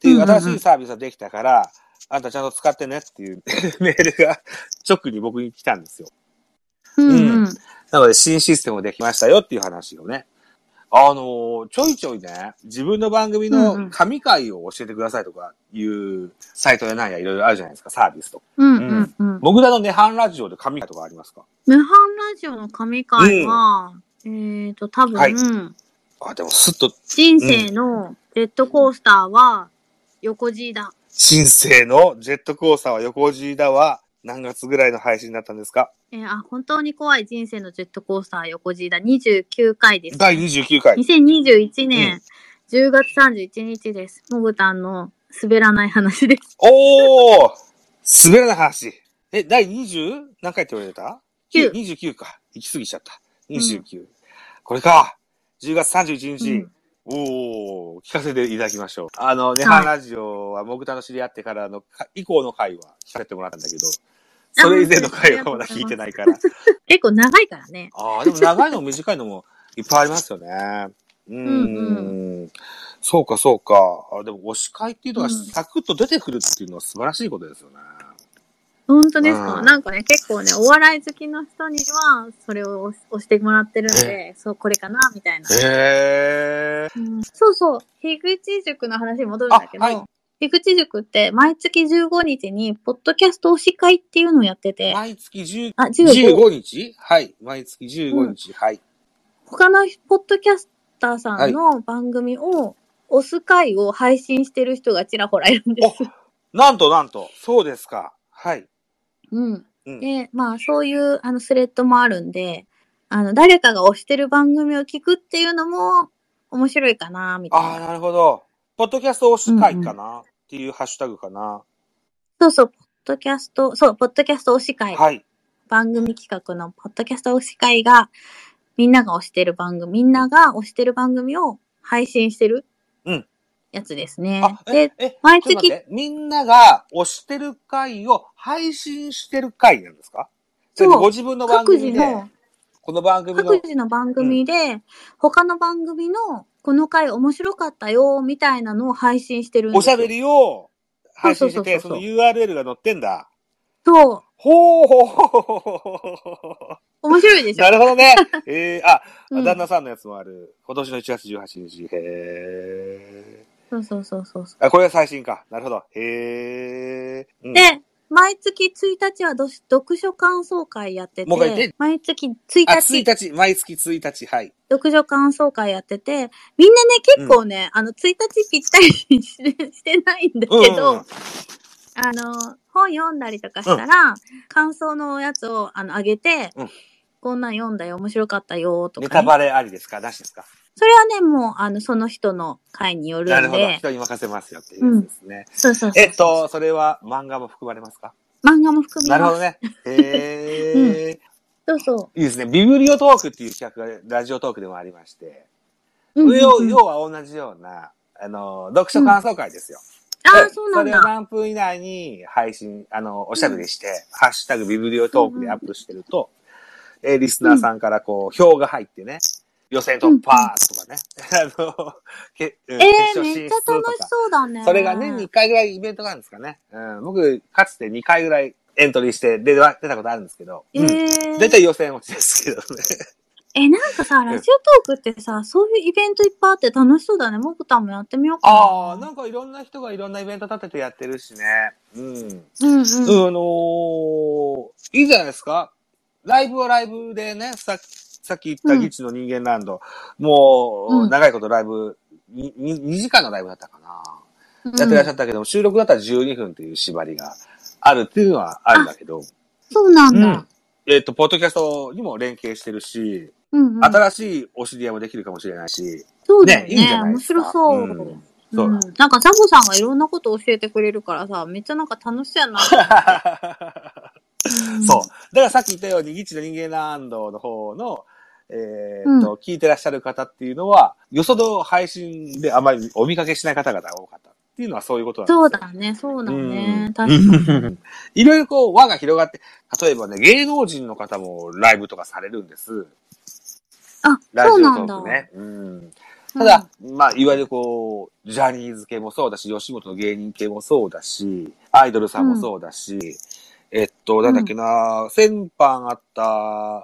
S2: っていう新しいサービスができたから、うんうんうん、あんたちゃんと使ってねっていうメールが直に僕に来たんですよ。
S1: うんうん。うん、
S2: なので新システムできましたよっていう話をね。あのー、ちょいちょいね、自分の番組の神回を教えてくださいとかいうサイトやなんやいろいろあるじゃないですか、サービスと。
S1: うんうんうん。
S2: 僕らのネハンラジオで神回とかありますか？
S1: ネハンラジオの神回は、うん、えっと、多分、はい、
S2: あ、でもスッと。
S1: 人生のジェットコースターは横 G だ。
S2: 人生のジェットコースターは横 G だは何月ぐらいの配信だったんですか？
S1: えー、あ、本当に怖い人生のジェットコースター横 G だ。にじゅうきゅうかいです、ね。
S2: だいにじゅうきゅうかい。
S1: にせんにじゅういちねんじゅうがつさんじゅういちにちです。もぐたんの滑らない話です。
S2: おー滑らない話。え、だいにじゅう何回って言われた ?きゅう。にじゅうきゅうか。行き過ぎちゃった。にじゅうきゅう。うん、これか。じゅうがつさんじゅういちにち。うん、おー、聞かせていただきましょう。あの、ネハンラジオはもぐたの知り合ってからの以降の回は聞かせてもらったんだけど、それ以前の回はまだ聞いてないから。
S1: 結構長いからね。
S2: ああ、でも長いのも短いのもいっぱいありますよね。うーん。うんうん、そうか、そうか。あ、でも、推し会っていうのがサクッと出てくるっていうのは素晴らしいことですよね。
S1: 本当ですか、うん、なんかね、結構ね、お笑い好きの人には、それを押してもらってるんで、そう、これかな、みたいな。
S2: へー、
S1: うん。そうそう、樋口塾の話に戻るんだけど、はい、樋口塾って毎月じゅうごにちに、ポッドキャスト推し会っていうのをやってて。
S2: 毎月じゅう、あ、じゅうごにちはい。毎月じゅうごにち、うん、はい。
S1: 他のポッドキャスターさんの番組を推す会を配信してる人がちらほらいるんです。
S2: なんとなんと、そうですか。はい。
S1: うん。うん、で、まあ、そういう、あの、スレッドもあるんで、あの、誰かが推してる番組を聞くっていうのも面白いかな、みたいな。
S2: ああ、なるほど。ポッドキャスト推し会かな、うんうん、っていうハッシュタグかな。
S1: そうそう、ポッドキャスト、そう、ポッドキャスト推し会。
S2: はい。
S1: 番組企画のポッドキャスト推し会が、みんなが推してる番組、みんなが推してる番組を配信してる。うん。やつですね。
S2: あ、で、え、毎月。みんなが推してる回を配信してる回なんですか？そう。ご自分の番組で。各自の、この番組の。
S1: 各自の番組で、うん、他の番組の、この回面白かったよ、みたいなのを配信してるんですよ。
S2: おしゃべりを配信してて、その ユーアールエル が載ってんだ。
S1: そう。
S2: ほーほーほーほーほー。
S1: 面白いでしょ。
S2: なるほどね。えー、あ、うん、旦那さんのやつもある。今年のいちがつじゅうはちにち。へー。
S1: そうそうそうそう。
S2: あ、これが最新か。なるほど。へー。
S1: うん、で、毎月ついたちはど読書感想会やってて。
S2: もう一回言って。
S1: 毎月ついたち。
S2: あ、ついたち。毎月ついたち。はい。
S1: 読書感想会やってて、みんなね、結構ね、うん、あの、ついたちぴったりししてないんだけど、うんうん、あの、本読んだりとかしたら、うん、感想のやつを、あの、あげて、うん、こんなん読んだよ、面白かったよ、とか、ね。
S2: ネタバレありですか？なしですか？
S1: それはね、もう、あの、その人の回によるんで。
S2: なるほど。人に任せますよっていうやつですね。うん、
S1: そうそうそうそう。
S2: えっと、それは漫画も含まれますか？
S1: 漫画も含みます。
S2: なるほどね。へー。
S1: うん、そうそう。
S2: いいですね。ビブリオトークっていう企画がラジオトークでもありまして。うんうんうん、要は同じような、あの、読書感想会ですよ。
S1: うん、ああ、そうなんだ。
S2: それを何分以内に配信、あの、おしゃべりして、うん、ハッシュタグビブリオトークでアップしてると、うんうん、えー、リスナーさんからこう、票が入ってね、予選突破とかね。うんうん、あの、け、うん、
S1: えー、決勝進出とか。めっちゃ楽しそうだね。
S2: それが年にいっかいぐらいイベントがあるんですかね。うん、僕、かつてにかいぐらいエントリーして出たことあるんですけど。えー。うん、だいたい予選落ちですけどね。
S1: え、なんかさ、ラジオトークってさ、そういうイベントいっぱいあって楽しそうだね。もぐたんもやってみようかな。
S2: ああ、なんかいろんな人がいろんなイベント立ててやってるしね。うん。うんうん。あのー、いいじゃないですか。ライブはライブでね、さっき、さっき言ったギチの人間ランド、うん、もう、長いことライブ、に、にじかんのライブだったかな。うん、やってらっしゃったけど、収録だったらじゅうにふんっていう縛りがあるっていうのはあるんだけど。
S1: そうなんだ。うん、
S2: えっと、ポッドキャストにも連携してるし、うんうん、新しいお知り合いもできるかもしれないし。
S1: そうだよね。
S2: ね、いいじゃないですか。
S1: 面白そう。うん、そう、うん。なんかザボさんがいろんなこと教えてくれるからさ、めっちゃなんか楽しそうやなと思って。
S2: そう。だからさっき言ったように、ギチの人間ランドの方の、えー、っと、うん、聞いてらっしゃる方っていうのは、よその配信であまりお見かけしない方々が多かったっていうのはそういうことなんですよ。
S1: そうだね、そうだね。うん、確かに。
S2: いろいろこう輪が広がって、例えばね、芸能人の方もライブとかされるんです。
S1: あ、
S2: ラジオトークね。そうなんだ。うん。 ただ、うん、まあ、いわゆるこう、ジャニーズ系もそうだし、吉本の芸人系もそうだし、アイドルさんもそうだし、うん、えっと、なんだっけな、うん、先般あった、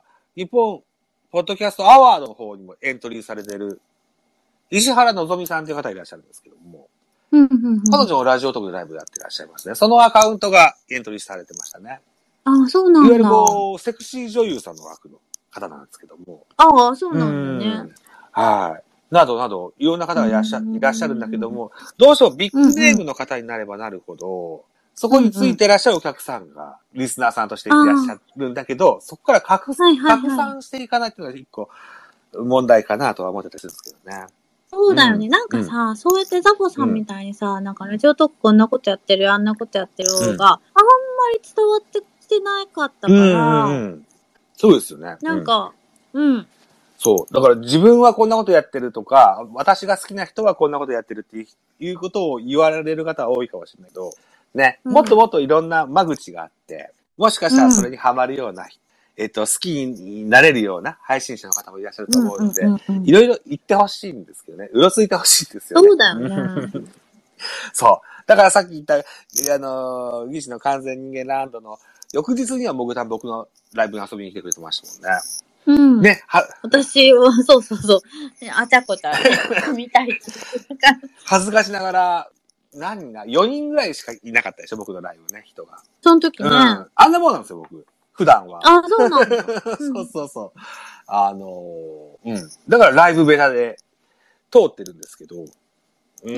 S2: 日本、ポッドキャストアワードの方にもエントリーされてる、石原のぞみさんという方いらっしゃるんですけども、
S1: うんうんうん、
S2: 彼女もラジオトークでライブやってらっしゃいますね。そのアカウントがエントリーされてましたね。
S1: ああ、そうなんだ。
S2: いわゆるこう、セクシー女優さんの枠の方なんですけども。
S1: ああ、そうなんだね。
S2: はい。などなど、いろんな方がいらっしゃ、いらっしゃるんだけども、どうしてもビッグネームの方になればなるほど、うんうん、そこについていらっしゃるお客さんが、リスナーさんとしていらっしゃるんだけど、そこから拡散、はいはいはい、拡散していかないっていうのが一個問題かなとは思ってたりするんですけどね。
S1: そうだよね。うん、なんかさ、うん、そうやってザボさんみたいにさ、うん、なんかラジオトークこんなことやってる、あんなことやってるが、うん、あんまり伝わってきてなかったから、うんうん、
S2: そうですよね。
S1: なんか、うん、うん。
S2: そう。だから自分はこんなことやってるとか、私が好きな人はこんなことやってるっていうことを言われる方は多いかもしれないけど、ね、うん、もっともっといろんな間口があって、もしかしたらそれにハマるような人、えっと、好きになれるような配信者の方もいらっしゃると思うので、いろいろ言ってほしいんですけどね。うろついてほしいんですよね。
S1: そうだよね。
S2: そう。だからさっき言った、あの、ギシの完全人間ランドの翌日にはもぐたん僕のライブに遊びに来てくれてましたもんね。
S1: うん。
S2: ね、は、
S1: 私は、そうそうそう。あちゃこちゃ、見たい。
S2: 恥ずかしながら、何人な、よにんぐらいしかいなかったでしょ、僕のライブね、人が。
S1: その時ね。うん。
S2: あんなもんなんですよ、僕。普段は。
S1: あ、そうなんだ。
S2: そうそうそう。あのー、うん。だからライブベタで通ってるんですけど、うん。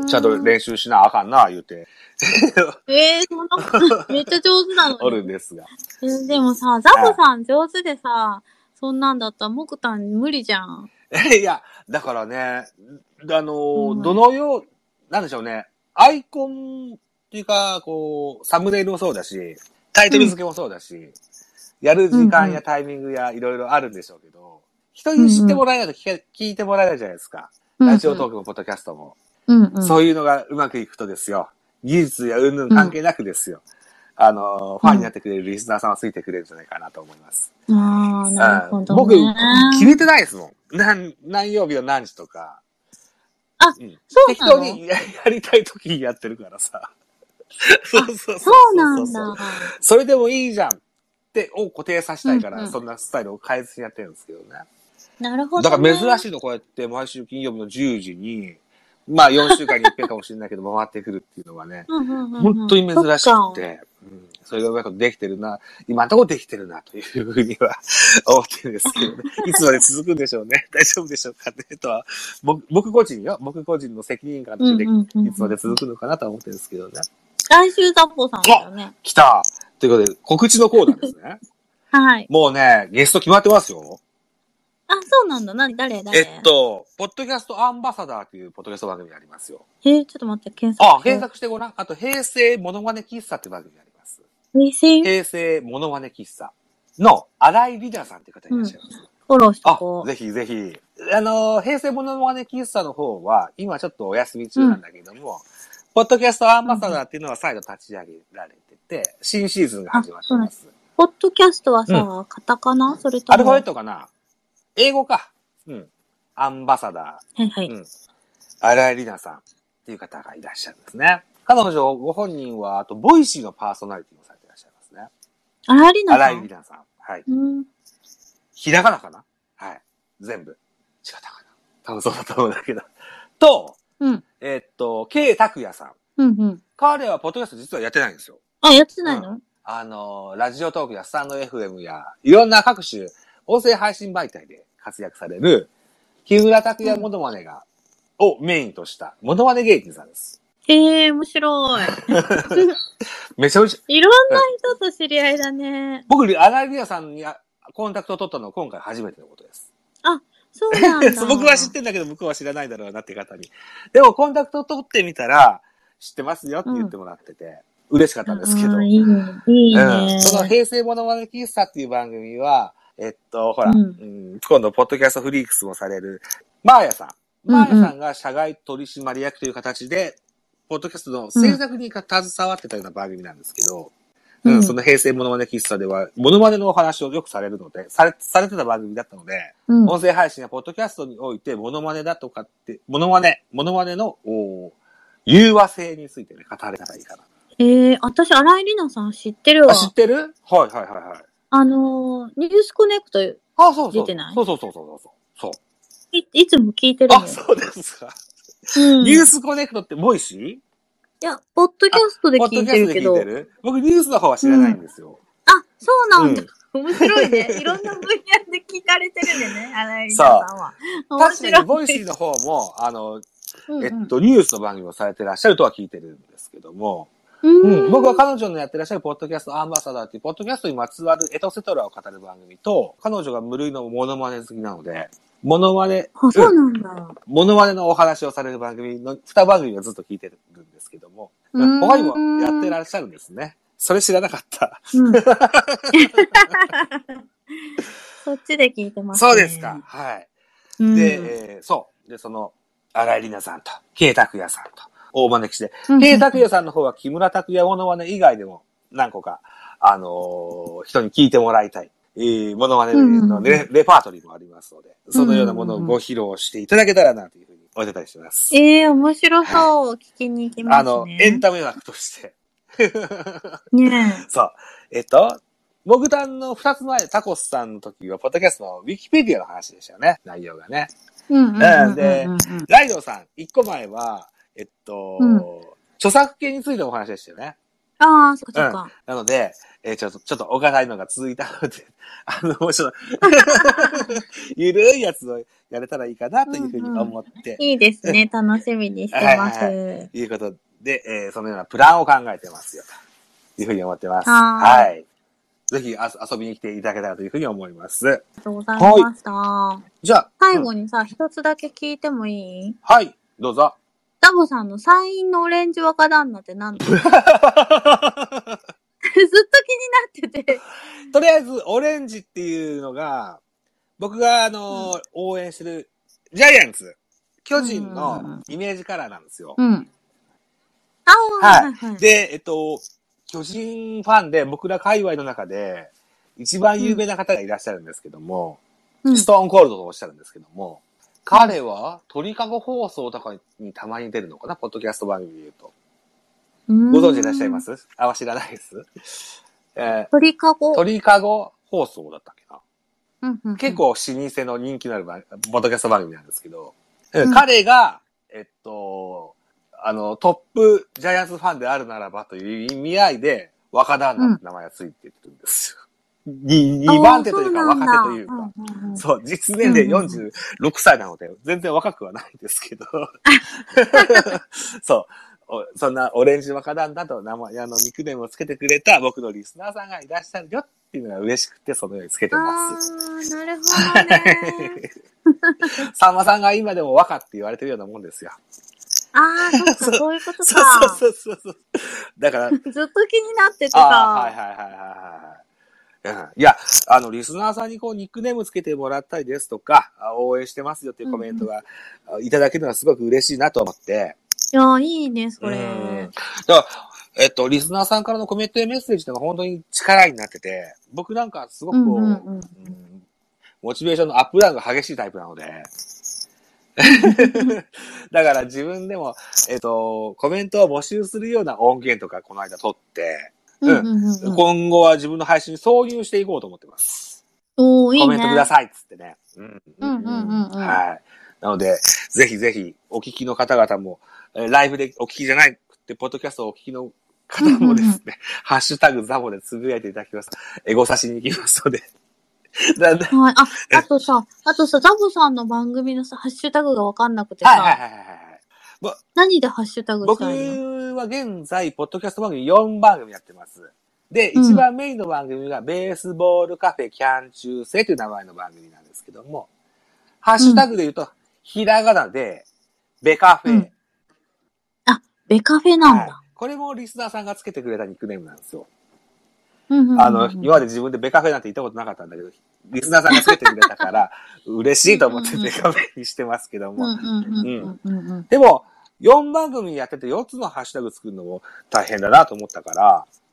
S2: ちゃんと練習しなあかんな、言うて。
S1: えー、そんな、めっちゃ上手なのに。
S2: おるんですが。
S1: えー、でもさ、ザボさん上手でさ、そんなんだったら、もくたん無理じゃん。
S2: いや、だからね、あのーうん、どのよう、なんでしょうね、アイコンっていうか、こう、サムネイルもそうだし、タイトル付けもそうだし、うん、やる時間やタイミングやいろいろあるんでしょうけど、うんうん、人に知ってもらえないと聞け、聞いてもらえないじゃないですか。うんうん、ラジオトークもポッドキャストも。うんうん、そういうのがうまくいくとですよ。技術やうんぬん関係なくですよ。うん、あの、ファンになってくれるリスナーさんはついてくれるんじゃないかなと思います。
S1: うん、ああ、なるほど、ね。
S2: 僕、決めてないですもん。何、何曜日の何時とか。
S1: あ、うん、そうなの？
S2: 適当に や, やりたい時にやってるからさ。そうそうそう。
S1: そうなんだ。
S2: それでもいいじゃんってを固定させたいから、うんうん、そんなスタイルを変えずにやってるんですけどね。
S1: なるほど、ね。
S2: だから珍しいのこうやって毎週金曜日のじゅうじに、まあよんしゅうかんに一遍かもしれないけど回ってくるっていうのがね、うんうんうんうん、本当に珍しくて、うん、それがうまいことできてるな、今のところできてるなというふうには思ってるんですけどね。いつまで続くんでしょうね。大丈夫でしょうかね。とは、僕個人よ。僕個人の責任感として、うんうんうんうん、いつまで続くのかなとは思ってるんですけどね。
S1: 来週ザッポさんだよね。
S2: 来たということで、告知のコーナーですね。
S1: はい。
S2: もうね、ゲスト決まってますよ。
S1: あ、そうなんだ。何誰誰
S2: えっと、ポッドキャストアンバサダーというポッドキャスト番組がありますよ。
S1: えー、ちょっと待って、検索。
S2: あ、検索してごらん。あと、平成モノマネ喫茶って番組があります。
S1: 平成
S2: 平成モノマネ喫茶の新井里奈さんっていう方いらっしゃいます。うん、
S1: フォローしとこう。
S2: あ、ぜひぜひ。あの、平成モノマネ喫茶の方は、今ちょっとお休み中なんだけども、うん、ポッドキャストアンバサダーっていうのは再度立ち上げられてて、新シーズンが始まってます。
S1: ポッドキャストはさ、うん、カタカナそれとも
S2: アルファベットかな英語か。うん。アンバサダ
S1: ー。はいはい。
S2: うん。新井里奈さんっていう方がいらっしゃるんですね。彼女ご本人は、あと、ボイシーのパーソナリティもされていらっしゃいますね。
S1: 新井里奈さん
S2: 新井里奈さん。はい。うん。ひらがなかなはい。全部。違ったかな多分そうだと思うんだけど。と、
S1: うん。
S2: えー、っと、K 拓也さん。
S1: うんうん。
S2: 彼はポッドキャスト実はやってないんですよ。
S1: あ、やってないの、うん、
S2: あの、ラジオトークやスタンド エフエム や、いろんな各種、音声配信媒体で活躍される、木村拓哉モノマネが、うん、をメインとしたモノマネ芸人さんです。
S1: へえー、面白い。
S2: めちゃめちゃ。
S1: いろんな人と知り合いだね。
S2: 僕、新井里奈さんにコンタクトを取ったのは今回初めてのことです。
S1: あ、そうなんだ。
S2: 僕は知ってんだけど、向こうは知らないだろうなって方に。でも、コンタクトを取ってみたら、知ってますよって言ってもらってて、うん、嬉しかったんですけど。
S1: いいね。いいね、
S2: うん。その平成モノマネ喫茶っていう番組は、えっと、ほら、うんうん、今度、ポッドキャストフリークスもされる、マーヤさん。マーヤさんが社外取締役という形で、ポッドキャストの制作に携わってたような番組なんですけど、 うん、うん、その平成モノマネ喫茶では、モノマネのお話をよくされるので、され、されてた番組だったので、うん、音声配信やポッドキャストにおいて、モノマネだとかって、モノマネ、モノマネの、お融和性についてね、語れたらいいかな。
S1: ええー、私、荒井里奈さん知ってるわ。
S2: あ、知ってる？はいはいはいはい。
S1: あのー、ニュースコネクト出てない？
S2: そうそうそうそうそうそう。
S1: い、いつも聞いてるの。
S2: あ、そうですか。うん、ニュースコネクトってボイシー？
S1: いや、ポッドキャストで聞いてるけど。
S2: ポッドキャストで聞いてる？僕ニュースの方は知らないんですよ。
S1: うん、あ、そうなんだ。うん、面白いね。いろんな分野で聞かれてるんでね、荒井里奈さんは。
S2: そう。確かにボイシーの方も、あの、うんうん、えっと、ニュースの番組をされてらっしゃるとは聞いてるんですけども、うんうん、僕は彼女のやってらっしゃるポッドキャストアンバサダーっていうポッドキャストにまつわるエトセトラを語る番組と、彼女が無類のモノマネ好きなので、モノマネ、
S1: あ、そうなんだ、うん。
S2: モノマネのお話をされる番組の、二番組をずっと聞いてるんですけども、他にもやってらっしゃるんですね。それ知らなかった。うん、
S1: そっちで聞いてますね。
S2: そうですか。はい。うん、で、えー、そう。で、その、荒井里奈さんと、慶拓也さんと、大招きして、慶拓也さんの方は木村拓哉モノマネ以外でも何個か、あのー、人に聞いてもらいたい。えー、モノマネのレ、レパートリーもありますので、そのようなものをご披露していただけたらなというふうに思ってたりします。
S1: ええー、面白そう、はい。聞きに行きますね。
S2: あの、エンタメ枠として。
S1: ねえ。
S2: そう。えっと、モグタンの二つ前、タコスさんの時は、ポッドキャストのウィキペディアの話でしたよね。内容がね。うんうんうんうん、で、ライドさん、一個前は、えっと、うん、著作権についてのお話でしたよね。
S1: ああ、そっかそっか、うん。
S2: なので、えー、ちょっと、ちょっとお堅いのが続いたので、あの、もうちょっと、ゆるいやつをやれたらいいかなというふうに思って。
S1: うんうん、いいですね。楽しみにしてます。
S2: はいはい、いうことで、えー、そのようなプランを考えてますよ、というふうに思ってます。はい。ぜひあ遊びに来ていただけたらというふうに思います。あり
S1: がとうございました。
S2: はい、じゃあ、
S1: 最後にさ、一、うん、つだけ聞いてもいい？
S2: はい、どうぞ。
S1: ダボさんの山陰のオレンジ若旦那って何だずっと気になってて。
S2: とりあえず、オレンジっていうのが、僕が、あのーうん、応援してる、ジャイアンツ、巨人のイメージカラーなんですよ。うん。
S1: ああ、
S2: はい、はいはい。で、えっと、巨人ファンで、僕ら界隈の中で、一番有名な方がいらっしゃるんですけども、うん、ストーンコールドとおっしゃるんですけども、彼は鳥かご放送とかにたまに出るのかな、ポッドキャスト番組で言うと。ご存知いらっしゃいます？あ、は知らないです。
S1: えー、鳥かご
S2: 鳥かご放送だったっけな、うんうんうん、結構老舗の人気のあるポッドキャスト番組なんですけど、うん、彼が、えっと、あの、トップジャイアンツファンであるならばという意味合いで、若旦那って名前がついてるんですよ。に、にばん手というか若手というか、うんうん、そう、実年齢よんじゅうろくさいなので、全然若くはないんですけど、そう、そんなオレンジ若旦那と名前、あの、ニックネームをつけてくれた僕のリスナーさんがいらっしゃるよっていうのが嬉しくて、そのようにつけてます。
S1: ああ、なるほどね。
S2: さんまさんが今でも若って言われてるようなもんですよ。
S1: ああ、そっか、そういうことか。
S2: そうそうそうそう。だから。ずっ
S1: と気になっててさ。
S2: はいはいはいはいはい。いや、あの、リスナーさんにこう、ニックネームつけてもらったりですとか、応援してますよっていうコメントがいただけるのはすごく嬉しいなと思って。
S1: いや、いいね、それ。
S2: だから、えっと、リスナーさんからのコメントやメッセージが本当に力になってて、僕なんかすごくこう、うんうんうんうん、モチベーションのアップダウンが激しいタイプなので、だから自分でも、えっと、コメントを募集するような音源とかこの間撮って、うんうんうんうん、今後は自分の配信に挿入していこうと思ってます。
S1: おー、いいね。
S2: コメントくださいっつってね。
S1: うんうんうんうんうん、
S2: はい。なので、ぜひぜひお聞きの方々も、ライブでお聞きじゃないってポッドキャストをお聞きの方もですね、うんうんうん、ハッシュタグザボでつぶやいていただきます。エゴ差しに行きますので。
S1: だだはい。あ、あとさ、あとさ、ザボさんの番組のさ、ハッシュタグがわかんなくてさ。
S2: はいはいはいはい。
S1: 何でハッシュタグしたい
S2: の？僕は現在、ポッドキャスト番組よんばん組やってます。で、うん、一番メインの番組が、ベースボールカフェキャン中世という名前の番組なんですけども、ハッシュタグで言うと、うん、ひらがなで、ベカフェ、うん。
S1: あ、ベカフェなんだ、はい。
S2: これもリスナーさんがつけてくれたニックネームなんですよ。うんうんうんうん、あの、今まで自分でベカフェなんて言ったことなかったんだけど、リスナーさんがつけてくれたから、嬉しいと思ってベカフェにしてますけども。でも、よんばん組やっててよっつのハッシュタグ作るのも大変だなと思ったから、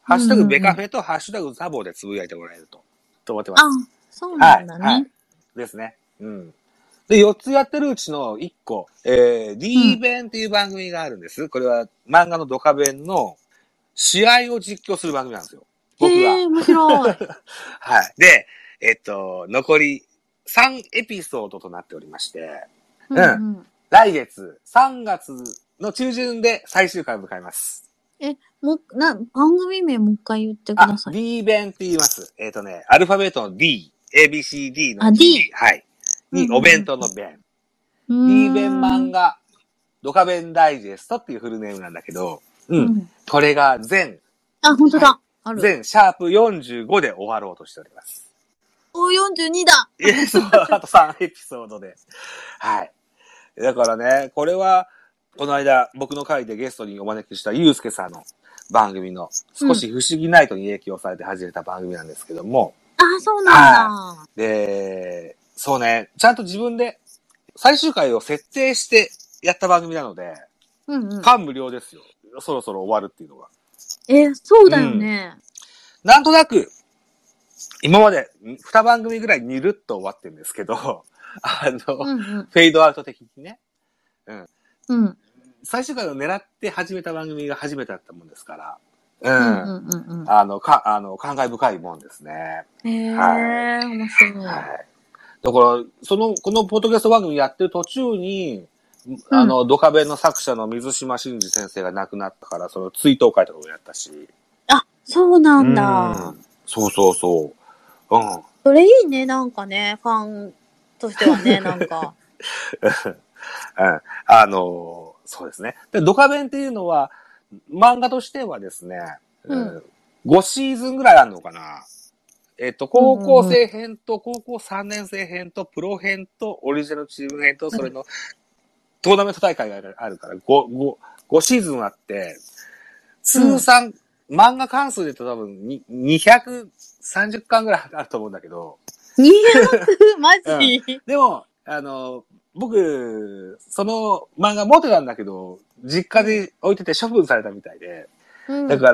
S2: ハッシュタグベカフェとハッシュタグザボでつぶやいてもらえると、と思ってます。
S1: あ、そうなんだね。はいはい、
S2: ですね。うん。で、よっつやってるうちのいっこ、えー、D 弁っていう番組があるんです。うん、これは漫画のドカ弁の試合を実況する番組なんですよ。僕が。
S1: へー、面白い。
S2: はい。で、えっと、残りさんエピソードとなっておりまして、うん、うん。来月、さんがつの中旬で最終回を迎えます。
S1: え、もう、な、番組名もう一回言ってください。
S2: D 弁って言います。えっとね、アルファベットの D、エービーシーディー の
S1: D。あ、D。
S2: はい。に、お弁当の弁。D 弁漫画、ドカ弁ダイジェストっていうフルネームなんだけど、うん。うん、これが全、
S1: あ、本当だ。はい、ある。
S2: 全、シャープよんじゅうごで終わろうとしております。
S1: お、よんじゅうにだ。
S2: いや、そう、あとさんエピソードで。はい。だからね、これは、この間、僕の回でゲストにお招きしたゆうすけさんの番組の、少し不思議ナイトに影響されて始めた番組なんですけども。
S1: うん、あ、そうなん
S2: だ。で、そうね、ちゃんと自分で最終回を設定してやった番組なので、うんうん、感無量ですよ。そろそろ終わるっていうのが。
S1: えー、そうだよね、
S2: うん。なんとなく、今までに番組ぐらいにるっと終わってるんですけど、あの、うんうん、フェードアウト的にね。うん。うん。最終回を狙って始めた番組が初めてだったもんですから、うん。うんうんうんうん、あの、か、あの、感慨深いもんですね。
S1: へー、はい、面白い。はい。
S2: だから、その、このポッドキャスト番組やってる途中に、うん、あの、ドカベンの作者の水島真司先生が亡くなったから、その追悼会とかもやったし。
S1: あ、そうなんだ。
S2: うん、そうそうそう。うん。
S1: それいいね、なんかね、ファンとしてはね、なんか。
S2: うん。あの、そうですね。で、ドカベンっていうのは、漫画としてはですね、うん、ごシーズンぐらいあるのかな。えっと、高校生編と高校さんねん生編とプロ編とオリジナルチーム編とそれのトーナメント大会があるから 5, 5, 5シーズンあって、通算、うん、漫画関数で言うと多分にひゃくさんじゅっかんぐらいあると思うんだけど。
S1: にひゃく? マジ、
S2: うん、でも、あの、僕、その漫画持ってたんだけど、実家で置いてて処分されたみたいで。うん、だから、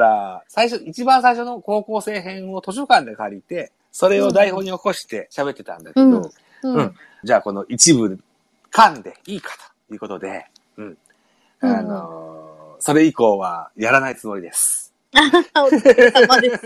S2: 最初、一番最初の高校生編を図書館で借りて、それを台本に起こして喋ってたんだけど、うん。うんうん、じゃあこの一部噛んでいいかということで、うん。あのー、それ以降はやらないつもりです。
S1: お疲れ様です。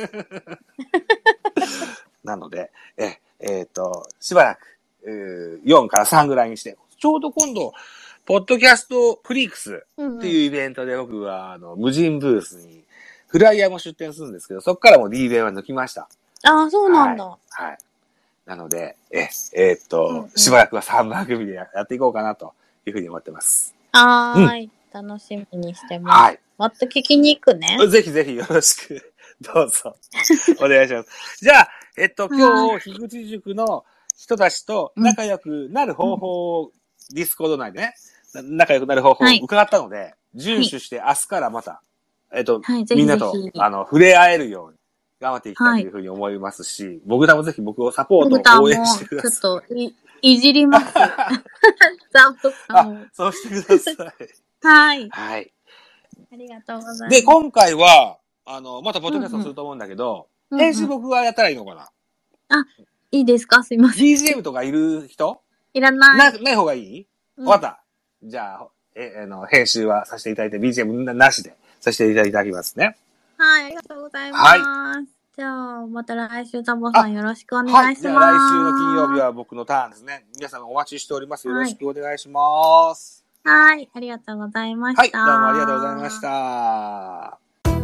S2: なので、え、えっと、しばらく、よんからさんぐらいにして、ちょうど今度、ポッドキャストフリークスっていうイベントで僕は、あの、無人ブースにフライヤーも出展するんですけど、そこからも D 弁は抜きました。
S1: ああ、そうなんだ。
S2: はい。はい、なので、え、えー、っと、うんうん、しばらくはさんばん組でやっていこうかなというふうに思ってます。
S1: はーい、うん。楽しみにしてます。はい。もっと聞きに行くね。
S2: ぜひぜひよろしく、どうぞ。お願いします。じゃあ、えっと、今日、樋口塾の人たちと仲良くなる方法を、うん、ディスコード内でね、仲良くなる方法を伺ったので、はい、遵守して明日からまた、えっと、はい、みんなと、あの、触れ合えるように頑張っていきたいというふうに思いますし、はい、僕らもぜひ僕をサポート、応援してください。
S1: ちょっとい、いじります。ザボさんを。
S2: そうしてください。
S1: はい。
S2: はい。
S1: ありがとうございます。
S2: で、今回は、あの、またポッドキャストすると思うんだけど、うんうん、編集僕がやったらいいのかな、
S1: うんうん、あ、いいですか、すいません。
S2: ビージーエム とかいる人
S1: いらない。
S2: な、ない方がいい、うん、わかった。じゃあ、え、あの、編集はさせていただいて、ビージーエム なしでさせていただきますね。
S1: はい、ありがとうございます。はい。じゃあ、また来週、ザボさんよろしくお願いします。はい、じゃあ
S2: 来週の金曜日は僕のターンですね。皆さんお待ちしております。よろしくお願いします。
S1: はい、はい、ありがとうございました。
S2: はい、どうもありがとうございました。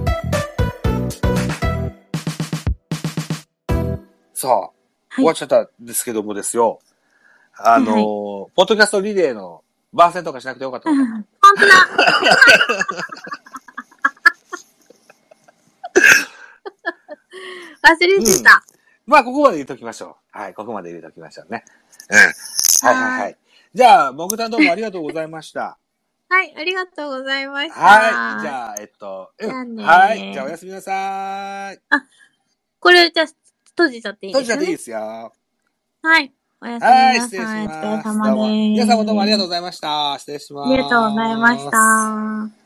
S2: さあ、はい、終わっちゃったんですけどもですよ。あのー、はい、ポッドキャストリレーの番宣とかしなくてよかったのかな。
S1: 本当だ忘れてた、
S2: うん。まあ、ここまで入れときましょう。はい、ここまで入れときましょうね。うん。はいはいはい。じゃあ、もぐたんどうもありがとうございました。
S1: はい、ありがとうございました。
S2: はい、じゃあ、えっと、うん、はい、じゃあおやすみなさーい。
S1: あ、これじゃあ、閉じちゃっていいですか、ね、
S2: 閉じちゃっていいですよ。
S1: はい。おやすみなさい。はい、
S2: 失礼します。
S1: お疲れ様です。
S2: 皆さんもどうもありがとうございました。失礼します。
S1: ありがとうございました。